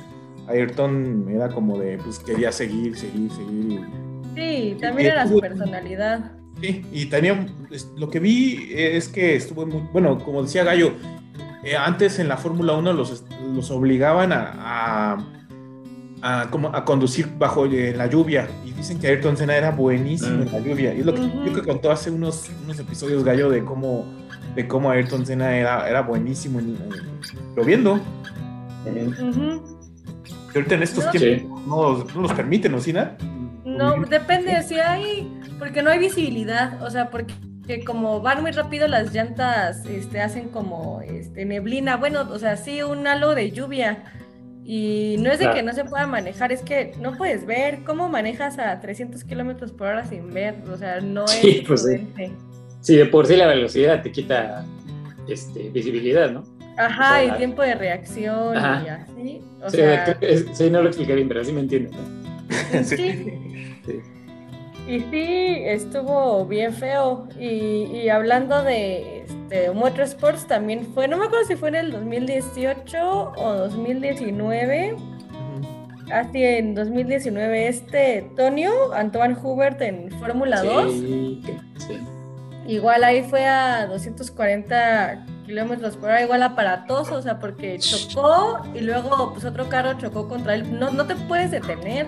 Ayrton era como de, pues quería seguir, seguir, seguir. Sí, también y, era estuvo, su personalidad. Sí, y tenía, lo que vi es que estuvo muy, bueno, como decía Gallo, eh, antes en la Fórmula uno los, los obligaban a, a, a, como a conducir bajo eh, la lluvia, y dicen que Ayrton Senna era buenísimo mm. en la lluvia, y es lo que uh-huh. yo que contó hace unos, unos episodios Gallo de cómo, de cómo Ayrton Senna era, era buenísimo en, en, lloviendo. Uh-huh. Y ahorita en estos no, tiempos sí. no, no los permiten, ¿no, Sina? No, depende, si hay, porque no hay visibilidad, o sea, porque como van muy rápido las llantas este, hacen como este, neblina, bueno, o sea, sí, un halo de lluvia, y no es de claro. que no se pueda manejar, es que no puedes ver, ¿cómo manejas a trescientos kilómetros por hora sin ver? O sea, no sí, es pues prudente. Sí. sí, de por sí la velocidad te quita este, visibilidad, ¿no? Ajá, o sea, y tiempo de reacción Ajá. y así, o sí, sea... Es, sí, no lo expliqué bien, pero sí me entiendo, ¿no? Sí. sí. Y sí, estuvo bien feo. Y, y hablando de este, Motorsports, también fue, no me acuerdo si fue en el dos mil dieciocho o dos mil diecinueve. Así en dos mil diecinueve, este Tonio, Antoine Hubert en Fórmula sí, dos. Sí. Igual ahí fue a doscientos cuarenta kilómetros por hora, igual aparatoso, o sea, porque chocó y luego pues otro carro chocó contra él. No, no te puedes detener.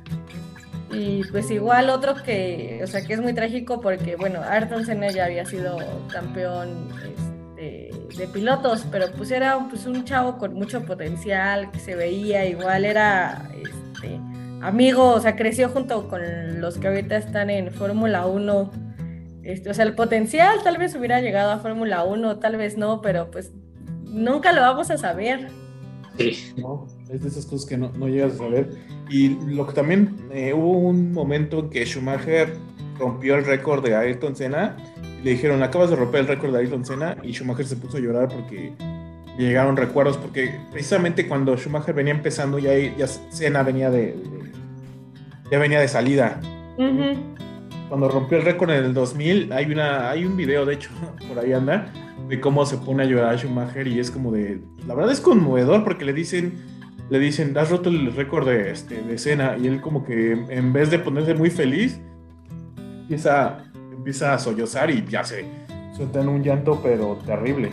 Y pues igual otro que, o sea, que es muy trágico porque, bueno, Ayrton Senna ya había sido campeón este, de pilotos, pero pues era pues, un chavo con mucho potencial, que se veía, igual era este, amigo, o sea, creció junto con los que ahorita están en Fórmula uno. Este, o sea, el potencial tal vez hubiera llegado a Fórmula uno, tal vez no, pero pues nunca lo vamos a saber. Sí. No, es de esas cosas que no, no llegas a saber. Y lo que también eh, hubo un momento en que Schumacher rompió el récord de Ayrton Senna. Y le dijeron, acabas de romper el récord de Ayrton Senna. Y Schumacher se puso a llorar porque le llegaron recuerdos. Porque precisamente cuando Schumacher venía empezando, ya, ya Senna venía de, de, ya venía de salida. Uh-huh. Cuando rompió el récord en el dos mil, hay, una, hay un video, de hecho, por ahí anda, de cómo se pone a llorar a Schumacher, y es como de, la verdad es conmovedor porque le dicen, le dicen, has roto el récord de, este, de Senna, y él como que en vez de ponerse muy feliz, empieza, empieza a sollozar y ya se suelta en un llanto, pero terrible.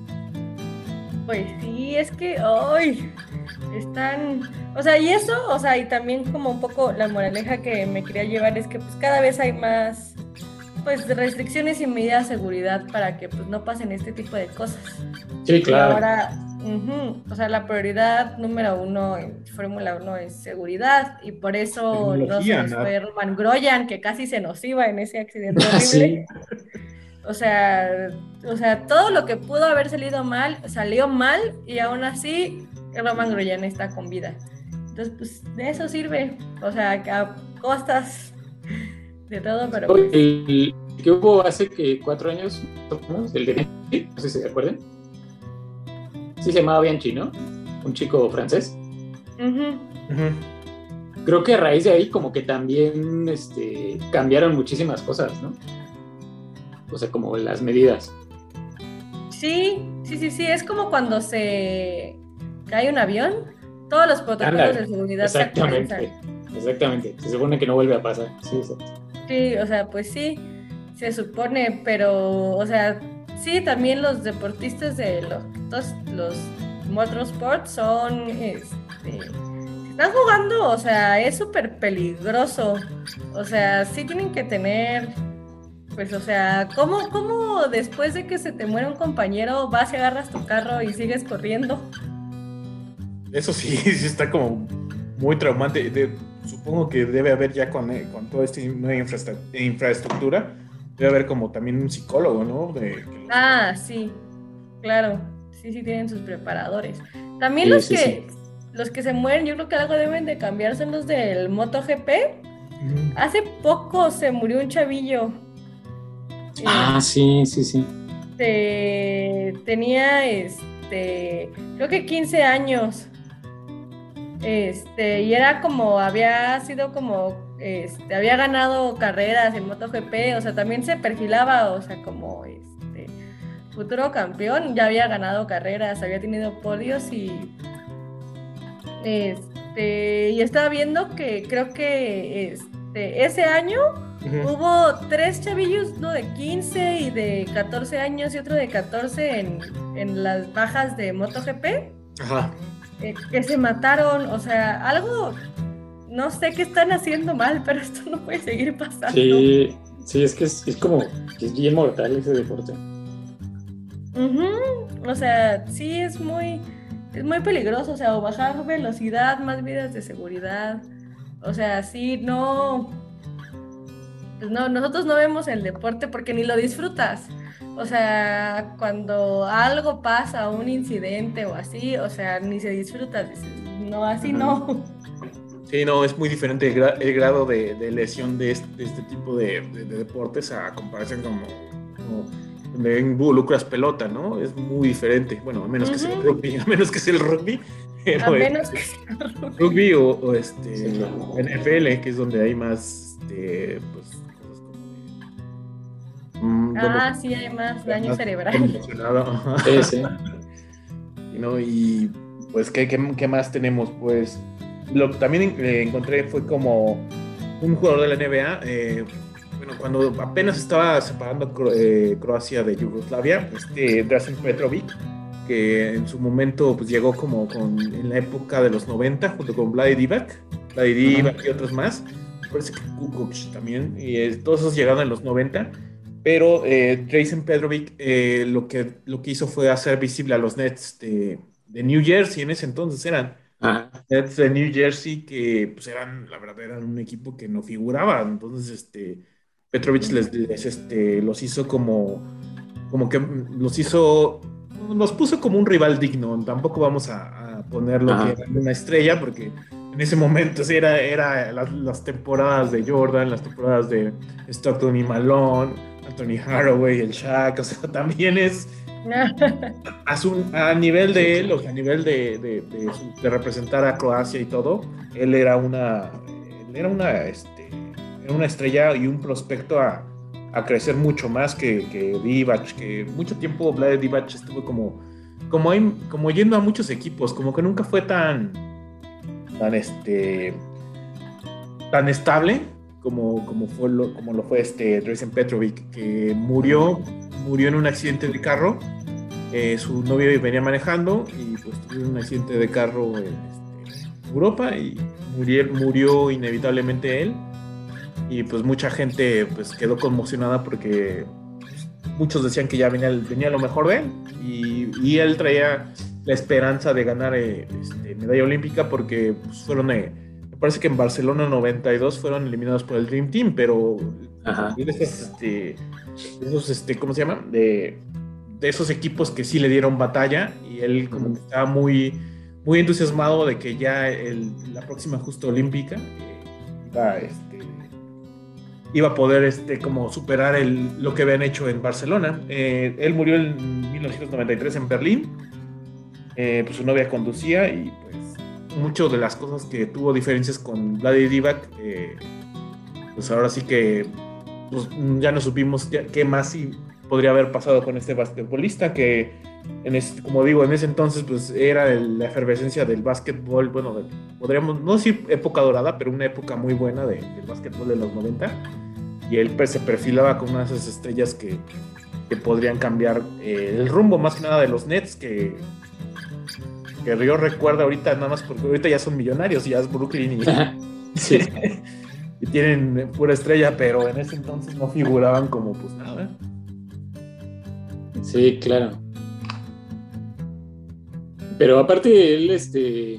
Pues sí, es que, ¡ay! Están, o sea, y eso, o sea, y también como un poco la moraleja que me quería llevar es que pues cada vez hay más pues restricciones y medidas de seguridad para que pues no pasen este tipo de cosas. Sí, claro. Y ahora, uh-huh, o sea, la prioridad número uno en Fórmula uno es seguridad, y por eso no se nos fue Romain Grosjean, que casi se nos iba en ese accidente horrible. Sí. O sea, o sea, todo lo que pudo haber salido mal, salió mal, y aún así Romain Grosjean está con vida. Entonces, pues, de eso sirve. O sea, a costas de todo, pero... Pues... El que hubo hace que cuatro años, el de... No sé si se acuerdan. Sí se llamaba Bianchi, ¿no? Un chico francés. Uh-huh. Uh-huh. Creo que a raíz de ahí como que también este, cambiaron muchísimas cosas, ¿no? O sea, como las medidas. Sí, sí, sí, sí. Es como cuando se cae un avión, todos los protocolos Anda, de seguridad exactamente, se actualizan. Exactamente. Se supone que no vuelve a pasar. Sí, exacto. Sí, o sea, pues sí, se supone, pero, o sea, sí, también los deportistas de los, los, los motorsports son, este, están jugando, o sea, es súper peligroso. O sea, sí tienen que tener... Pues, o sea, ¿cómo, ¿cómo después de que se te muere un compañero vas y agarras tu carro y sigues corriendo? Eso sí, sí está como muy traumante. De, supongo que debe haber ya con, con toda esta nueva infraestructura, debe haber como también un psicólogo, ¿no? De, que... Ah, sí, claro. Sí, sí tienen sus preparadores. También sí, los, sí, que, sí. los que se mueren, yo creo que algo deben de cambiar son los del MotoGP. Uh-huh. Hace poco se murió un chavillo. Ah, sí, sí, sí. Este, tenía, este, creo que quince años, este, y era como, había sido como, este, había ganado carreras en MotoGP, o sea, también se perfilaba, o sea, como, este, futuro campeón, ya había ganado carreras, había tenido podios y, este, este, y estaba viendo que creo que este, ese año Ujú. hubo tres chavillos, uno de quince y de catorce años y otro de catorce en, en las bajas de MotoGP, Ajá. eh, que se mataron. O sea, algo, no sé qué están haciendo mal, pero esto no puede seguir pasando. Sí, sí, es que es, es como, es bien mortal ese deporte. Ujú. O sea, sí es muy, es muy peligroso, o sea, o bajar velocidad, más medidas de seguridad. O sea, sí, no, pues no, nosotros no vemos el deporte porque ni lo disfrutas. O sea, cuando algo pasa, un incidente o así, o sea, ni se disfruta. Dices, no, así no. Sí, no, es muy diferente el, gra- el grado de, de lesión de este, de este tipo de, de- de deportes a comparación como, como donde involucras pelota, ¿no? Es muy diferente. Bueno, a menos que sea el Ujú. rugby, a menos que sea el rugby, A pero menos que este, sea rugby. rugby o, o este Sí, claro. N F L, que es donde hay más, este, pues, cosas como de, mm, donde Ah, sí, hay más está daño más cerebral. conmocionado. Ajá. Sí, sí. Y, ¿no? Y pues, ¿qué, qué, qué más tenemos? Pues, lo que también eh, encontré fue como un jugador de la N B A, eh, bueno, cuando apenas estaba separando Cro- eh, Croacia de Yugoslavia, este Drazen Petrovic, que en su momento pues llegó como con, en la época de los noventa, junto con Vlade Divac, Vlade Divac y otros más, parece que Kukoc también, y eh, todos esos llegaron en los noventa, pero eh, Drazen Petrovic eh, lo, que, lo que hizo fue hacer visible a los Nets de, de New Jersey, en ese entonces eran Ajá. Nets de New Jersey, que pues eran, la verdad, eran un equipo que no figuraba. Entonces, este, Petrovic les, les, este, los hizo como, como que los hizo, los puso como un rival digno. Tampoco vamos a, a poner lo que Ajá. era una estrella, porque en ese momento sí, era, era las, las temporadas de Jordan, las temporadas de Stockton y Malone, Anthony Haraway, el Shaq, o sea, también es a, su, a nivel Sí, de él, o claro. sea, a nivel de, de, de, su- de representar a Croacia y todo, él era una, él era una, este, era una estrella y un prospecto a, a crecer mucho más que, que Divac, que mucho tiempo Vlade Divac estuvo como, como, ahí- como yendo a muchos equipos, como que nunca fue tan, tan, este, tan estable como, como, fue lo, como lo fue este Drazen Petrovic, que murió, murió en un accidente de carro. Eh, su novio venía manejando y pues tuvieron un accidente de carro en este, Europa y murió, murió inevitablemente él. Y pues mucha gente pues quedó conmocionada porque pues, muchos decían que ya venía, venía lo mejor de él y, y él traía la esperanza de ganar eh, este, medalla olímpica porque pues, fueron, eh, me parece que en Barcelona noventa y dos fueron eliminados por el Dream Team, pero Ajá. de esos, este, de esos este, ¿cómo se llama? De, de esos equipos que sí le dieron batalla y él como que estaba muy, muy entusiasmado de que ya el, la próxima justa olímpica eh, iba, este, iba a poder este, como superar el, lo que habían hecho en Barcelona. Eh, él murió en mil novecientos noventa y tres en Berlín, eh, pues su novia conducía y pues muchas de las cosas que tuvo diferencias con Vlade Divac, eh, pues ahora sí que pues, ya no supimos qué, qué más sí podría haber pasado con este basquetbolista que, en ese, como digo, en ese entonces pues era el, la efervescencia del básquetbol, bueno, de, podríamos no decir época dorada, pero una época muy buena de, del básquetbol de los noventa y él pues, se perfilaba con una de esas estrellas que, que podrían cambiar eh, el rumbo más que nada de los Nets que, que yo recuerdo ahorita nada más porque ahorita ya son millonarios y ya es Brooklyn y, Sí. y tienen pura estrella, pero en ese entonces no figuraban como pues nada. Sí, claro. Pero aparte él, este,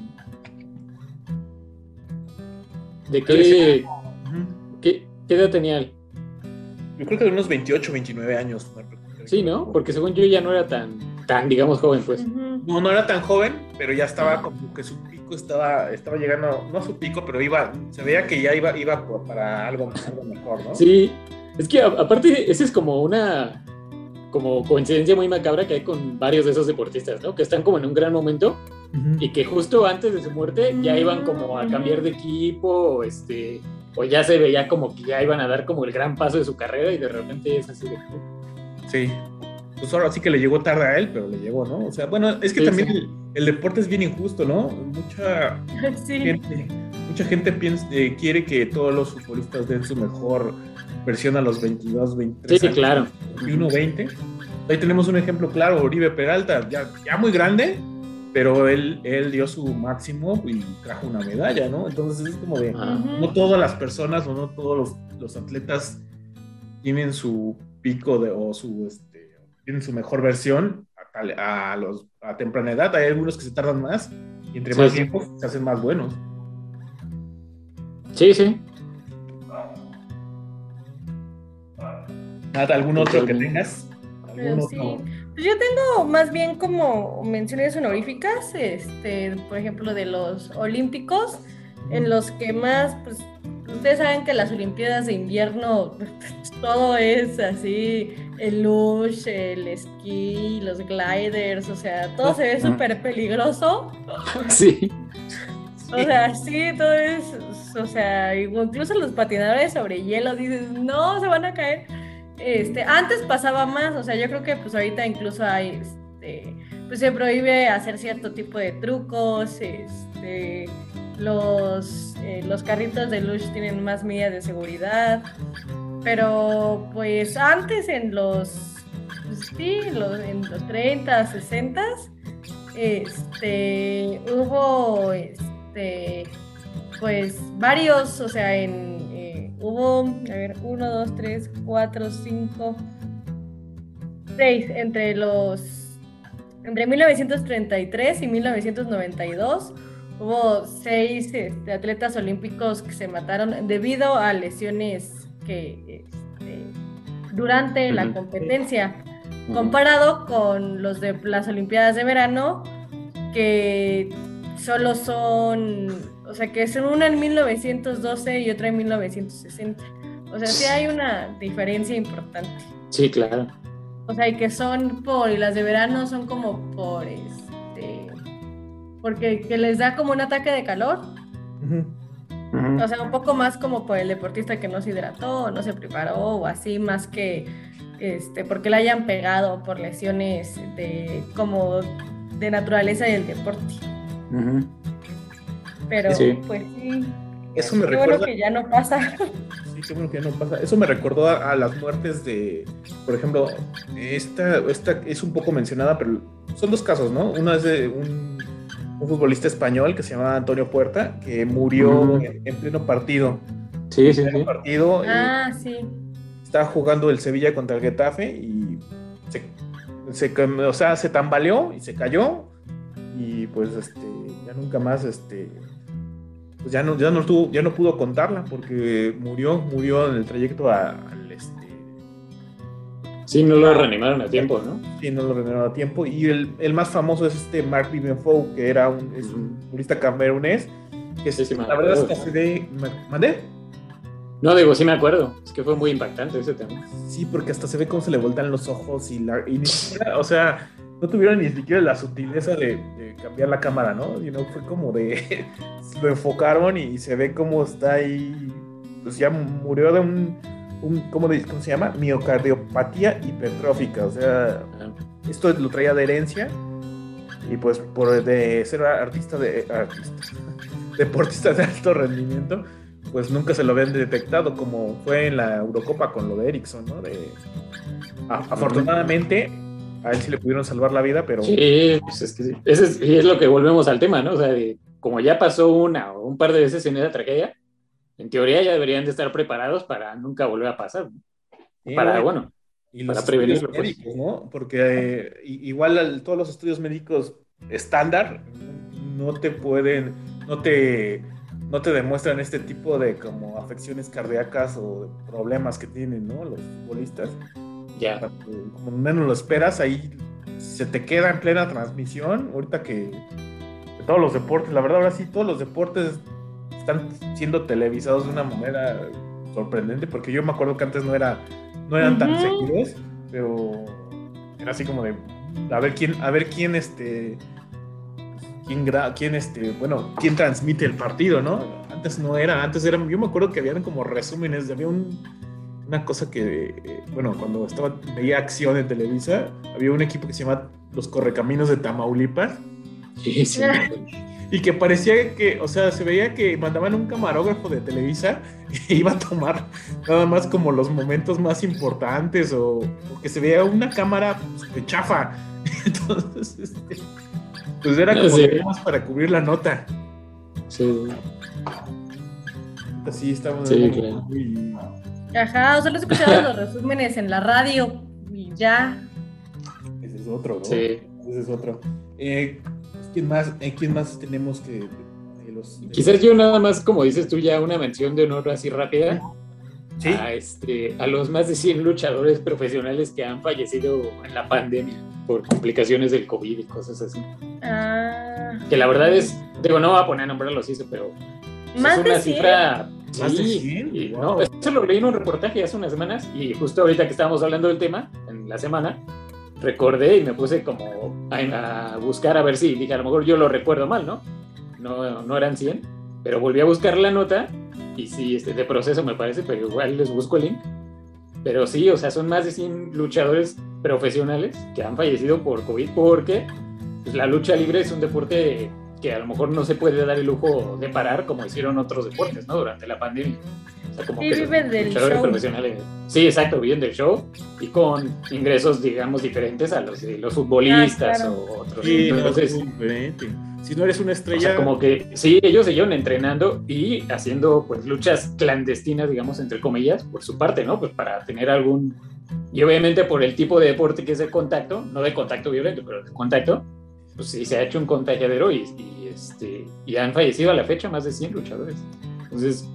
¿de qué, qué, qué edad tenía él? Yo creo que de unos veintiocho, veintinueve años. Sí, ¿no? Porque según yo ya no era tan, tan digamos, joven, pues. No, no era tan joven, pero ya estaba como que su pico estaba, estaba llegando, no a su pico, pero iba, se veía que ya iba, iba por- para algo, algo mejor, ¿no? Sí, es que a- aparte, esa es como una como coincidencia muy macabra que hay con varios de esos deportistas, ¿no? Que están como en un gran momento Uh-huh. y que justo antes de su muerte ya iban como a cambiar de equipo o, este, o ya se veía como que ya iban a dar como el gran paso de su carrera y de repente es así de... Sí, pues ahora sí que le llegó tarde a él, pero le llegó, ¿no? O sea, bueno, es que Sí, también sí. el, el deporte es bien injusto, ¿no? Mucha Sí. gente, mucha gente piensa, eh, quiere que todos los futbolistas den su mejor versión a los veintidós, veintitrés Sí, años, claro. veintiuno, veinte. Ahí tenemos un ejemplo claro, Oribe Peralta, ya, ya muy grande, pero él, él dio su máximo y trajo una medalla, ¿no? Entonces es como de, Ah. no todas las personas o no todos los, los atletas tienen su pico de, o su, este, tienen su mejor versión a, a, los, a temprana edad. Hay algunos que se tardan más y entre Sí, más sí. tiempo se hacen más buenos. Sí, sí. Nada, ¿algún otro que Totalmente. tengas? Pero ¿Algún sí. otro? Pues yo tengo más bien como menciones honoríficas, este, por ejemplo, de los olímpicos, en los que más, pues, ustedes saben que las Olimpiadas de invierno, todo es así, el luge, el esquí, los gliders, o sea, todo se ve súper peligroso. Sí. O sea, sí, todo es, o sea, incluso los patinadores sobre hielo, dices, no, se van a caer. Este, antes pasaba más, o sea, yo creo que pues ahorita incluso hay, este, pues se prohíbe hacer cierto tipo de trucos, este, los, eh, los carritos de luge tienen más medidas de seguridad, pero pues antes en los, pues, sí, los, en los treinta, sesenta, este, hubo, este, pues varios, o sea, en, eh, hubo, a ver, uno, dos, tres, cuatro, cinco, seis, entre los, entre mil novecientos treinta y tres y mil novecientos noventa y dos, hubo seis este, atletas olímpicos que se mataron debido a lesiones que, este, durante la Ujú. competencia, Ujú. comparado con los de las Olimpiadas de verano, que solo son, o sea, que son una en mil novecientos doce y otra en mil novecientos sesenta. O sea, sí hay una diferencia importante. Sí, claro. O sea, y que son por, y las de verano son como por, este, porque que les da como un ataque de calor. Ujú. Ujú. O sea, un poco más como por el deportista que no se hidrató, o no se preparó, o así, más que, este, porque le hayan pegado por lesiones de, como de naturaleza del deporte. Ujú. Pero, Sí. pues sí, Eso me qué recuerda. bueno que ya no pasa. Sí, qué bueno que ya no pasa. Eso me recordó a, a las muertes de, por ejemplo, esta, esta es un poco mencionada, pero son dos casos, ¿no? Una es de un, un futbolista español que se llama Antonio Puerta, que murió Ujú. en, en pleno partido. Sí, En sí, pleno sí. partido, eh, Ah, sí. estaba jugando el Sevilla contra el Getafe y se, se, o sea, se tambaleó y se cayó y pues este, ya nunca más este, pues ya no, ya no tuvo, ya no pudo contarla porque murió, murió en el trayecto a- al este, Sí, no lo reanimaron a tiempo, ¿no? sí, no lo reanimó a tiempo. Y el, el más famoso es este Mark Vivenfoe, que era un, es un futbolista camerunés, que es, Sí, sí, me la verdad es que acuerdo. se ve, ¿mandé? No, digo, sí me acuerdo. Es que fue muy impactante ese tema. Sí, porque hasta se ve cómo se le voltean los ojos y, la, y ni siquiera, o sea, no tuvieron ni siquiera la sutileza de, de cambiar la cámara, ¿no? Sino fue como de, lo enfocaron y se ve cómo está ahí, pues ya murió de un, un ¿cómo, de, ¿cómo se llama? Miocardiopatía hipertrófica, o sea, Ah. esto lo traía de herencia y pues por de ser artista de, artista, deportista de alto rendimiento, pues nunca se lo habían detectado, como fue en la Eurocopa con lo de Ericsson, ¿no? De, a, afortunadamente, a él sí le pudieron salvar la vida, pero... Sí, pues es que sí. Ese es, y es lo que volvemos al tema, ¿no? O sea, de, como ya pasó una o un par de veces en esa tragedia, en teoría ya deberían de estar preparados para nunca volver a pasar, ¿no? Sí, Para, ¿no? bueno, Y los para estudios prevenirlo, pues. médicos, ¿no? Porque eh, igual al, todos los estudios médicos estándar no te pueden, no te, no te demuestran este tipo de como afecciones cardíacas o problemas que tienen, ¿no? Los futbolistas. Ya. Como menos lo esperas, ahí se te queda en plena transmisión. Ahorita que, que todos los deportes, la verdad, ahora sí, todos los deportes están siendo televisados de una manera sorprendente, porque yo me acuerdo que antes no era no eran tan Ujú. seguidos, pero era así como de a ver quién a ver quién este quién gra, quién este bueno quién transmite el partido, ¿no? Antes no era, antes era, yo me acuerdo que habían como resúmenes, había un, una cosa que eh, bueno, cuando estaba veía acción en Televisa, había un equipo que se llama los Correcaminos de Tamaulipas, Sí, sí. Y que parecía que, o sea, se veía que mandaban un camarógrafo de Televisa e iba a tomar nada más como los momentos más importantes o, o que se veía una cámara pues, de chafa. Entonces, este, pues era como Sí. más para cubrir la nota. Sí, Así estaba sí, claro. muy... Ajá, solo escuchaba los resúmenes en la radio y ya. Ese es otro, ¿no? Sí. Ese es otro. Eh, ¿quién más, eh, ¿Quién más tenemos que... de los, de Quizás los... yo nada más, como dices tú, ya una mención de honor así rápida Sí. a, este, a los más de cien luchadores profesionales que han fallecido en la pandemia por complicaciones del COVID y cosas así. Ah. Que la verdad es, digo, no voy a poner a nombrarlos, hice, pero Más es de una cien. cifra. ¿Más de Sí, cien? y, Wow. no, eso lo leí en un reportaje hace unas semanas y justo ahorita que estábamos hablando del tema, en la semana, recordé y me puse como a, a buscar a ver si, dije, a lo mejor yo lo recuerdo mal, ¿no? No, no eran cien, pero volví a buscar la nota y sí, este, de proceso me parece, pero igual les busco el link. Pero sí, o sea, son más de cien luchadores profesionales que han fallecido por COVID porque pues, la lucha libre es un deporte que a lo mejor no se puede dar el lujo de parar como hicieron otros deportes, ¿no? Durante la pandemia. O sea, como Sí, que los viven del luchadores show. profesionales. Sí, exacto, viven del show y con ingresos, digamos, diferentes a los de los futbolistas Ah, claro. o otros. Sí, no, Entonces, es muy diferente. Si no eres una o estrella... sea, como que sí, ellos siguieron entrenando y haciendo pues luchas clandestinas, digamos, entre comillas, por su parte, ¿no? Pues para tener algún... Y obviamente por el tipo de deporte que es de contacto, no de contacto violento, pero de contacto, pues sí se ha hecho un contagiadero y, y, este, y han fallecido a la fecha más de cien luchadores. Entonces,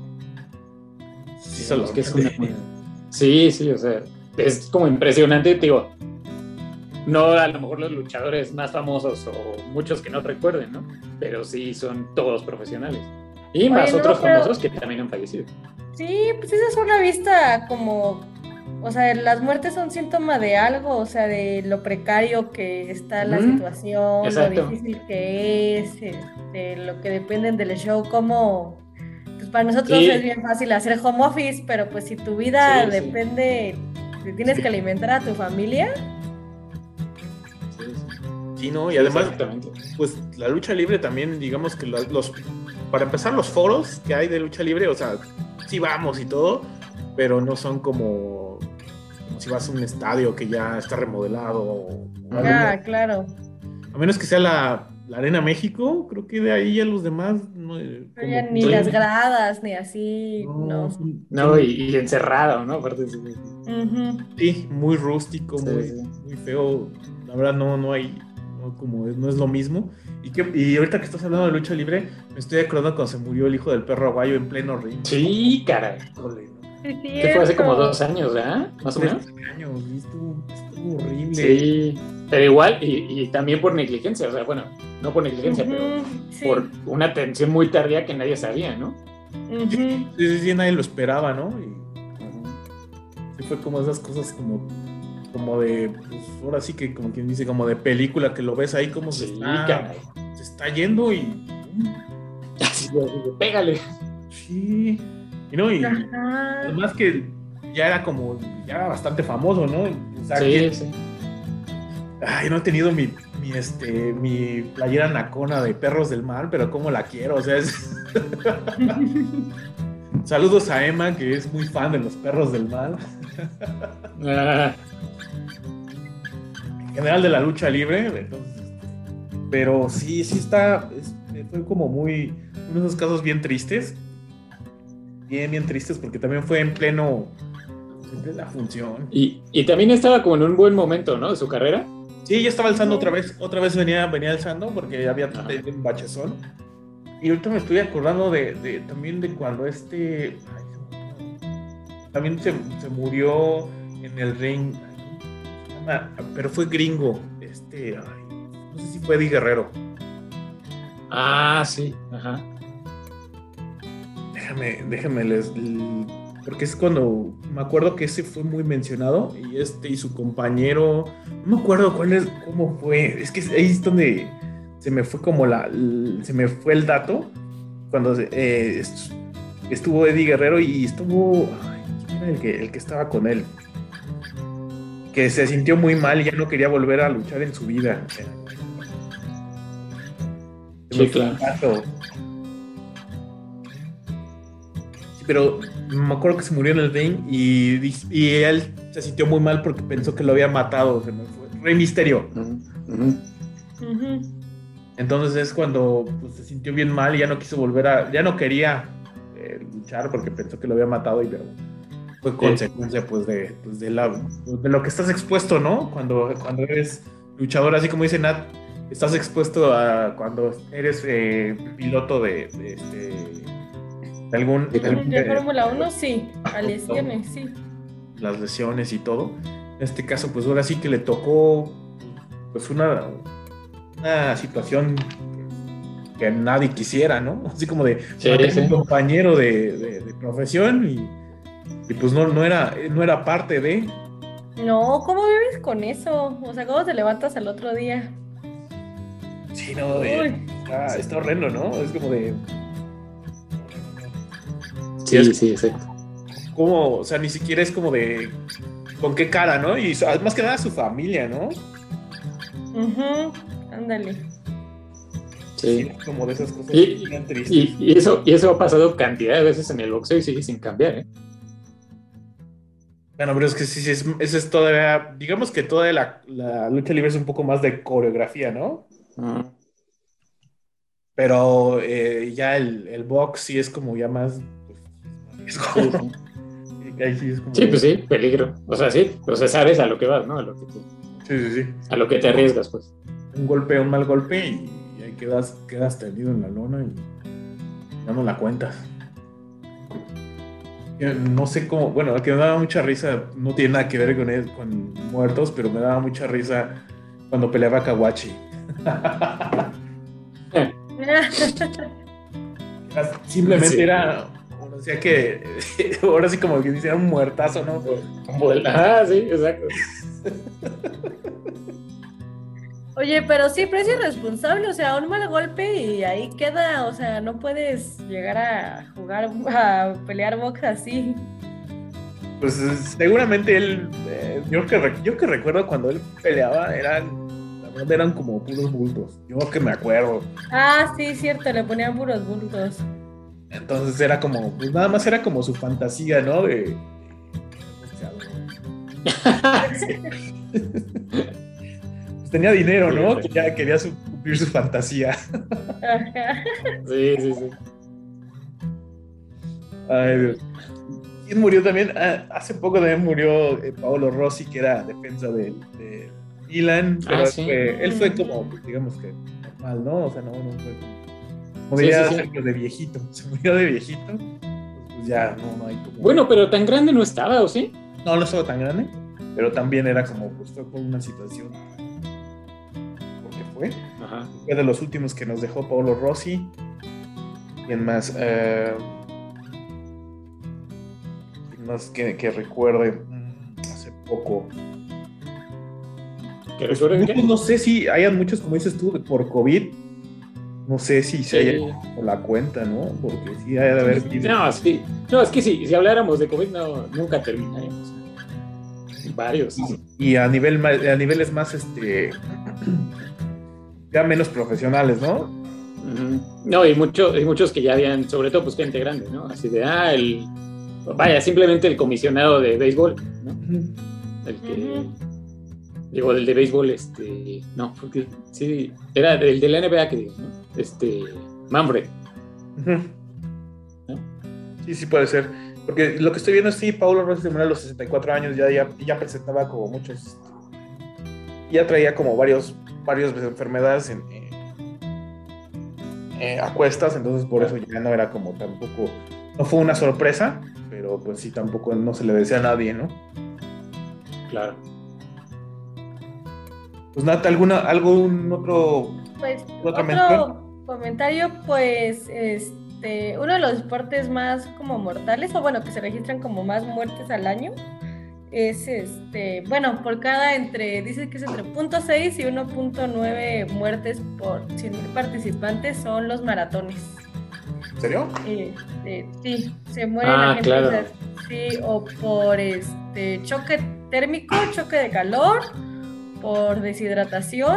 Sí, digamos se que es una... lo- Sí, sí, o sea, es como impresionante, digo, no a lo mejor los luchadores más famosos o muchos que no recuerden, ¿no? Pero sí son todos profesionales. Y Oye, más no, otros pero- famosos que también han fallecido. Sí, pues esa es una vista como, o sea, las muertes son síntoma de algo, o sea, de lo precario que está la Ujú, situación, exacto. lo difícil que es, este, lo que dependen del show, como, pues para nosotros Y- es bien fácil hacer home office, pero pues si tu vida Sí, sí. depende, si tienes Sí. que alimentar a tu familia, Sí, sí. Sí, ¿no? Y además, Exactamente. pues la lucha libre también, digamos que los, los- para empezar, los foros que hay de lucha libre, o sea, sí vamos y todo, pero no son como, como si vas a un estadio que ya está remodelado. o algo. ah, claro, A menos que sea la, la Arena México, creo que de ahí ya los demás, no, eh, pero como ya ni que- las gradas, ni así, no, no. son- No, son- y, y encerrado, ¿no? Aparte, sí, sí. Ujú. sí, muy rústico, Sí, muy, sí. muy feo. La verdad no, no hay, no, como es- no es lo mismo. Y, que, y ahorita que estás hablando de lucha libre, me estoy acordando cuando se murió el hijo del perro aguayo en pleno ring. Sí, caray. Híjole, ¿no? Sí, Que fue hace como cierto. dos años, ¿verdad? Más o menos. Tres años, y estuvo, estuvo horrible. Sí, pero igual, y, y también por negligencia, o sea, bueno, no por negligencia, pero Ujú, sí. por una atención muy tardía que nadie sabía, ¿no? Ujú. Sí, sí, sí, nadie lo esperaba, ¿no? Y sí fue como esas cosas como, como de, pues ahora sí que como quien dice, como de película, que lo ves ahí como se, Sí, está, caray. se está yendo y... Así, así, pégale. Sí. Y no, y Ajá. además que ya era como, ya era bastante famoso, ¿no? O sea, Sí, que- sí. ay, no he tenido mi, mi, este, mi playera nacona de Perros del Mal, pero cómo la quiero, o sea, es... Saludos a Emma, que es muy fan de los Perros del Mal. Ah, En general de la lucha libre, entonces, pero sí, sí está, es- fue como muy, uno de esos casos bien tristes, bien, bien tristes, porque también fue en pleno, en plena función. y, y también estaba como en un buen momento, ¿no? De su carrera. Sí, ya estaba alzando otra vez, otra vez venía, venía alzando, porque había Ajá. tenido un bachezón. Y ahorita me estoy acordando de, de también de cuando este, ay, también se, se murió en el ring, ay, ¿cómo se llama? Pero fue gringo, este, ay, no sé si fue Eddie Guerrero. Ah, sí, ajá. Déjame, déjame les, l- porque es cuando me acuerdo que ese fue muy mencionado y este y su compañero, no me acuerdo cuál es, cómo fue, es que ahí es donde se me fue como la, l- se me fue el dato cuando eh, est- estuvo Eddie Guerrero y estuvo, ay, ¿quién era el que, el que estaba con él? Que se sintió muy mal y ya no quería volver a luchar en su vida. Sí, claro. Sí, pero me acuerdo que se murió en el ring y, y él se sintió muy mal porque pensó que lo había matado. Se me fue. Rey Misterio. Uh-huh. Ujú. Entonces es cuando pues, se sintió bien mal y ya no quiso volver a, ya no quería eh, luchar porque pensó que lo había matado y pero fue consecuencia pues de, pues, de, la, de lo que estás expuesto, ¿no? Cuando, cuando eres luchador, así como dice Nat, estás expuesto a cuando eres eh, piloto de, de, este, de algún... De, algún- de de- Fórmula uno, sí, a lesiones, sí. las lesiones y todo. En este caso, pues ahora sí que le tocó pues una, una situación que nadie quisiera, ¿no? Así como de Sí, matar a sí. un compañero de, de- de profesión y, y pues no, no, era, no era parte de... No, ¿cómo vives con eso? O sea, ¿cómo te levantas al otro día? Sí, no, de- Uy. está, está horrendo, ¿no? Es como de... Sí, es- sí, exacto. como, o sea, ni siquiera es como de... ¿Con qué cara, no? Y so- más que nada su familia, ¿no? Ujú, ándale. Sí, Sí. es como de esas cosas Y, bien tristes. y, y eso, y eso ha pasado cantidad de veces en el boxeo y sigue sin cambiar, ¿eh? Bueno, pero es que sí, sí, es, eso es todavía, digamos que toda la, la lucha libre es un poco más de coreografía, ¿no? Uh-huh. Pero eh, ya el, el box sí es como ya más... Pues, Sí, riesgo. sí. Sí, ahí sí es como Sí, de- pues sí, peligro. O sea, sí, o sea, sabes a lo que vas, ¿no? A lo que te, sí, sí, sí. a lo que te arriesgas, pues. Un golpe, un mal golpe y, y ahí quedas, quedas tendido en la lona y ya no la cuentas. Yo no sé cómo, bueno, que me daba mucha risa, no tiene nada que ver con, él, con muertos, pero me daba mucha risa cuando peleaba Kawachi. Era- simplemente Sí. era, o sea que, ahora sí como que dice, un muertazo, ¿no? Ah, sí, exacto. Oye, pero sí, precio irresponsable, o sea, un mal golpe y ahí queda, o sea, no puedes llegar a jugar, a pelear box así. Pues seguramente él, eh, yo, que re- yo que recuerdo cuando él peleaba, eran, la verdad eran como puros bultos, yo que me acuerdo. Ah, sí, cierto, le ponían puros bultos. Entonces era como, pues nada más era como su fantasía, ¿no? De, de- pues tenía dinero, ¿no? Que ya quería su- cumplir su fantasía. Ajá. Sí, sí, sí. Ay, Dios. ¿Quién murió también? Ah, hace poco también murió eh, Paolo Rossi, que era defensa de, de Milan, pero Ah, él, sí. fue, él fue como, pues, digamos que normal, ¿no? O sea, no, no fue como Sí, diría sí, sí. Sergio, de viejito. Se murió de viejito, pues ya no, no hay como... Bueno, pero tan grande no estaba, ¿o sí? No, no estaba tan grande, pero también era como, pues fue por una situación. Porque fue. Ajá. Fue de los últimos que nos dejó Paolo Rossi. ¿Quién más? Eh, ¿Quién más que, que recuerde? Mm, hace poco. ¿Que Pues, recuerden muchos, qué? no sé si hayan muchos, como dices tú, por COVID. No sé si se Sí. haya por la cuenta, ¿no? Porque sí hay de haber vivido. No, sí. No, es que sí, si habláramos de COVID, no, nunca terminaríamos. Varios. Y a nivel ma- a niveles más este ya menos profesionales, ¿no? Ujú. No, y, mucho, y muchos que ya habían, sobre todo, pues gente grande, ¿no? Así de, ah, el. Vaya, simplemente el comisionado de béisbol, ¿no? El que. Ujú. Digo, del de béisbol, este. No, porque sí, era el de la N B A que digo, ¿no? Este. Manfred. Ujú. ¿No? Sí, sí puede ser. Porque lo que estoy viendo es sí, Paulo Rossi se murió a los sesenta y cuatro años, ya, ya, ya presentaba como muchos, ya traía como varios, varios enfermedades en, eh, eh, a cuestas, entonces por eso ya no era como tampoco, no fue una sorpresa, pero pues sí, tampoco no se le decía a nadie, ¿no? Claro. Pues Nata, ¿alguna, algún otro, Pues otra otro mención? comentario, pues, este, uno de los deportes más como mortales, o bueno, que se registran como más muertes al año, es este, bueno, por cada entre, dice que es entre punto seis y uno punto nueve muertes por cien mil participantes son los maratones. ¿En serio? Este, sí, se muere Ah, la gente, claro. o sea, sí, o por este choque térmico, choque de calor, por deshidratación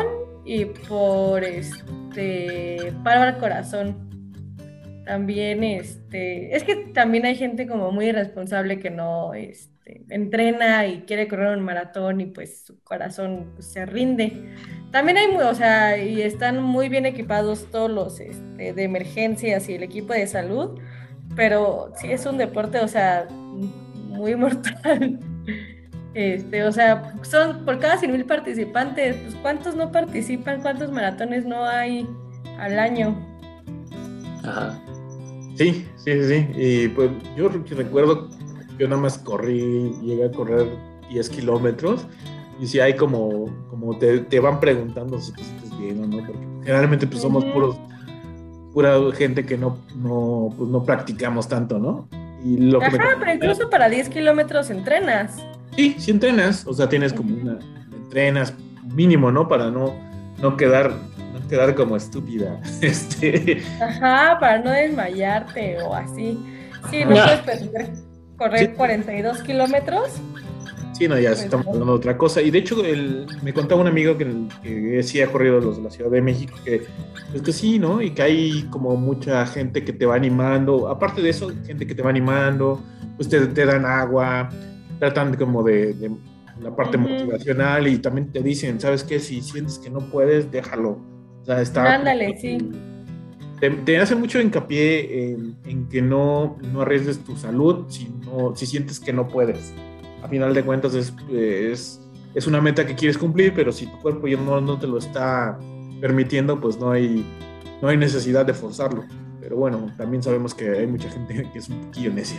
y por este paro al corazón. También, este, es que también hay gente como muy irresponsable que no, este, entrena y quiere correr un maratón y pues su corazón pues, se rinde. También hay, o sea, y están muy bien equipados todos los, este, de emergencias y el equipo de salud, pero sí es un deporte, o sea, muy mortal. Este, o sea, son por cada cien mil participantes, pues ¿cuántos no participan? ¿Cuántos maratones no hay al año? Ajá. Sí, sí, sí, sí. Y pues yo recuerdo, yo nada más corrí, llegué a correr diez kilómetros y sí hay como, como te, te van preguntando si te sientes bien o no, porque generalmente pues somos Ujú. puros, pura gente que no, no, pues, no practicamos tanto, ¿no? Y lo que me Ajá, pero incluso para diez kilómetros entrenas. Sí, sí entrenas, o sea, tienes como una, entrenas mínimo, ¿no? Para no, no quedar, no quedar como estúpida. Este, Ajá, para no desmayarte o así. Sí, no Ajá. puedes pretender correr Sí. cuarenta y dos kilómetros. sí, no, ya Pues estamos no. hablando de otra cosa. Y de hecho, el, me contaba un amigo que, que sí ha corrido los de la Ciudad de México, que, pues que sí, ¿no? Y que hay como mucha gente que te va animando. Aparte de eso, gente que te va animando, pues te, te dan agua, tratan de como de, de la parte Ujú. motivacional y también te dicen, ¿sabes qué? Si sientes que no puedes, déjalo. O sea, está... Ándale, sí. Te, te hace mucho hincapié en, en que no, no arriesgues tu salud si, no, si sientes que no puedes. A final de cuentas es, es, es una meta que quieres cumplir, pero si tu cuerpo ya no, no te lo está permitiendo, pues no hay, no hay necesidad de forzarlo. Pero bueno, también sabemos que hay mucha gente que es un poquillo necia.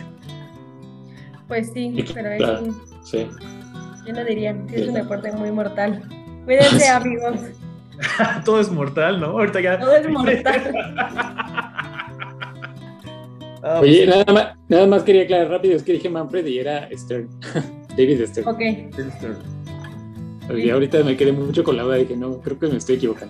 Pues sí, Sí, pero es claro. un, Sí. yo lo diría, sí es un Sí. deporte muy mortal. Cuídense, Sí. amigos. Todo es mortal, ¿no? Ahorita ya... Todo es mortal. Ah, Oye, pues, nada más, nada más quería aclarar rápido, es que dije Manfred y era Stern. David Stern. Ok. Porque Sí. ahorita me quedé mucho con la duda, dije, no, creo que me estoy equivocando.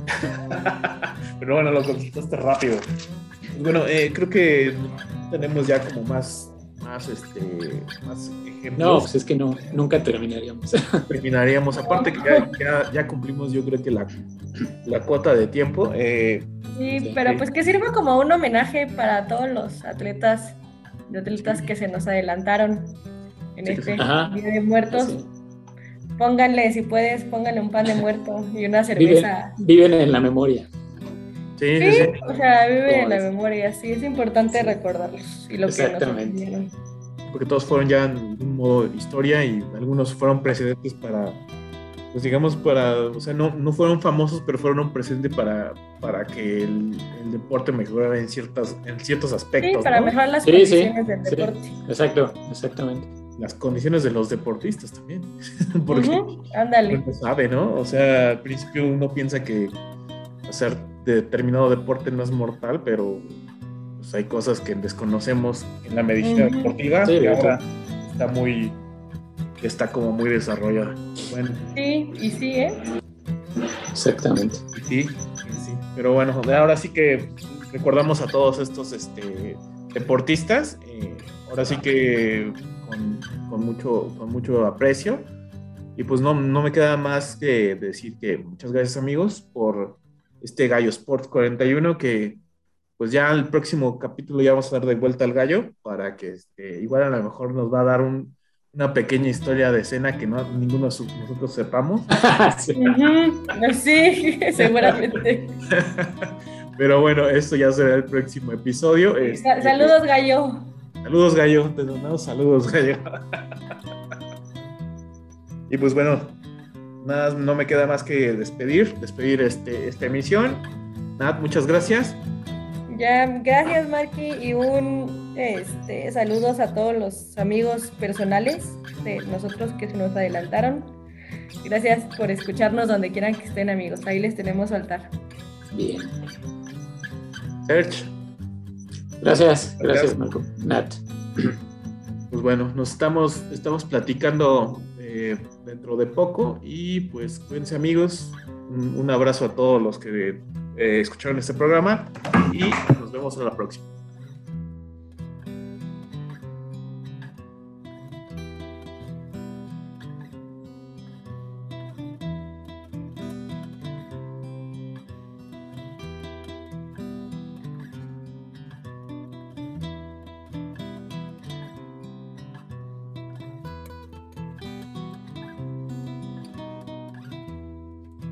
Pero bueno, lo contestaste rápido. Bueno, eh, creo que tenemos ya como más, más, este, más ejemplos. No, pues es que no, nunca terminaríamos. Terminaríamos. Aparte que ya, ya, ya cumplimos, yo creo que la, la cuota de tiempo. Eh, Sí, Sí. pero pues que sirva como un homenaje para todos los atletas, los atletas que se nos adelantaron en Sí, este Ajá. Día de Muertos. Sí. Pónganle, si puedes, pónganle un pan de muerto y una Viven, cerveza. viven en la memoria. sí, sí, Sí, sí. o sea, vive ¿Cómo en la ves? memoria, sí, es importante Sí. recordarlos y lo que nos Exactamente. enseñaron. Porque todos fueron ya en algún modo historia y algunos fueron precedentes para, pues digamos, para, o sea, no, no fueron famosos, pero fueron un precedente para, para que el, el deporte mejorara en, ciertas, en ciertos Sí, aspectos, para ¿no? mejorar las Sí, sí, condiciones del sí. deporte. Exacto, exactamente. Las condiciones de los deportistas también. Porque Ujú, ándale. uno no sabe, ¿no? O sea, al principio uno piensa que hacer determinado deporte no es mortal, pero pues, hay cosas que desconocemos en la medicina Ujú. deportiva Sí, que de ahora hecho. está muy, que está como muy desarrollada. Bueno, Sí, y sí, ¿eh? Exactamente. sí, sí, sí. Pero bueno, ahora sí que recordamos a todos estos este, deportistas. Eh, ahora sí que con, con, mucho, con mucho aprecio. Y pues no, no me queda más que decir que muchas gracias, amigos, por este Gallo Sports cuarenta y uno, que pues ya el próximo capítulo ya vamos a dar de vuelta al gallo para que este, igual a lo mejor nos va a dar un, una pequeña historia de escena que no, ninguno de nosotros sepamos. Sí. Ujú, sí, seguramente. Pero bueno, esto ya será el próximo episodio. Este, Sa- Saludos, gallo. Saludos, gallo. Te mandamos saludos, gallo. Y pues bueno, nada, no me queda más que despedir, despedir este, esta emisión. Nat, muchas gracias. Ya, gracias, Marky, y un este, saludos a todos los amigos personales de nosotros que se nos adelantaron. Gracias por escucharnos donde quieran que estén, amigos. Ahí les tenemos su altar. Bien. Serge. Gracias, gracias, Marco. Nat. Pues bueno, nos estamos, estamos platicando eh, dentro de poco y pues cuídense, amigos. Un, un abrazo a todos los que eh, escucharon este programa y nos vemos en la próxima.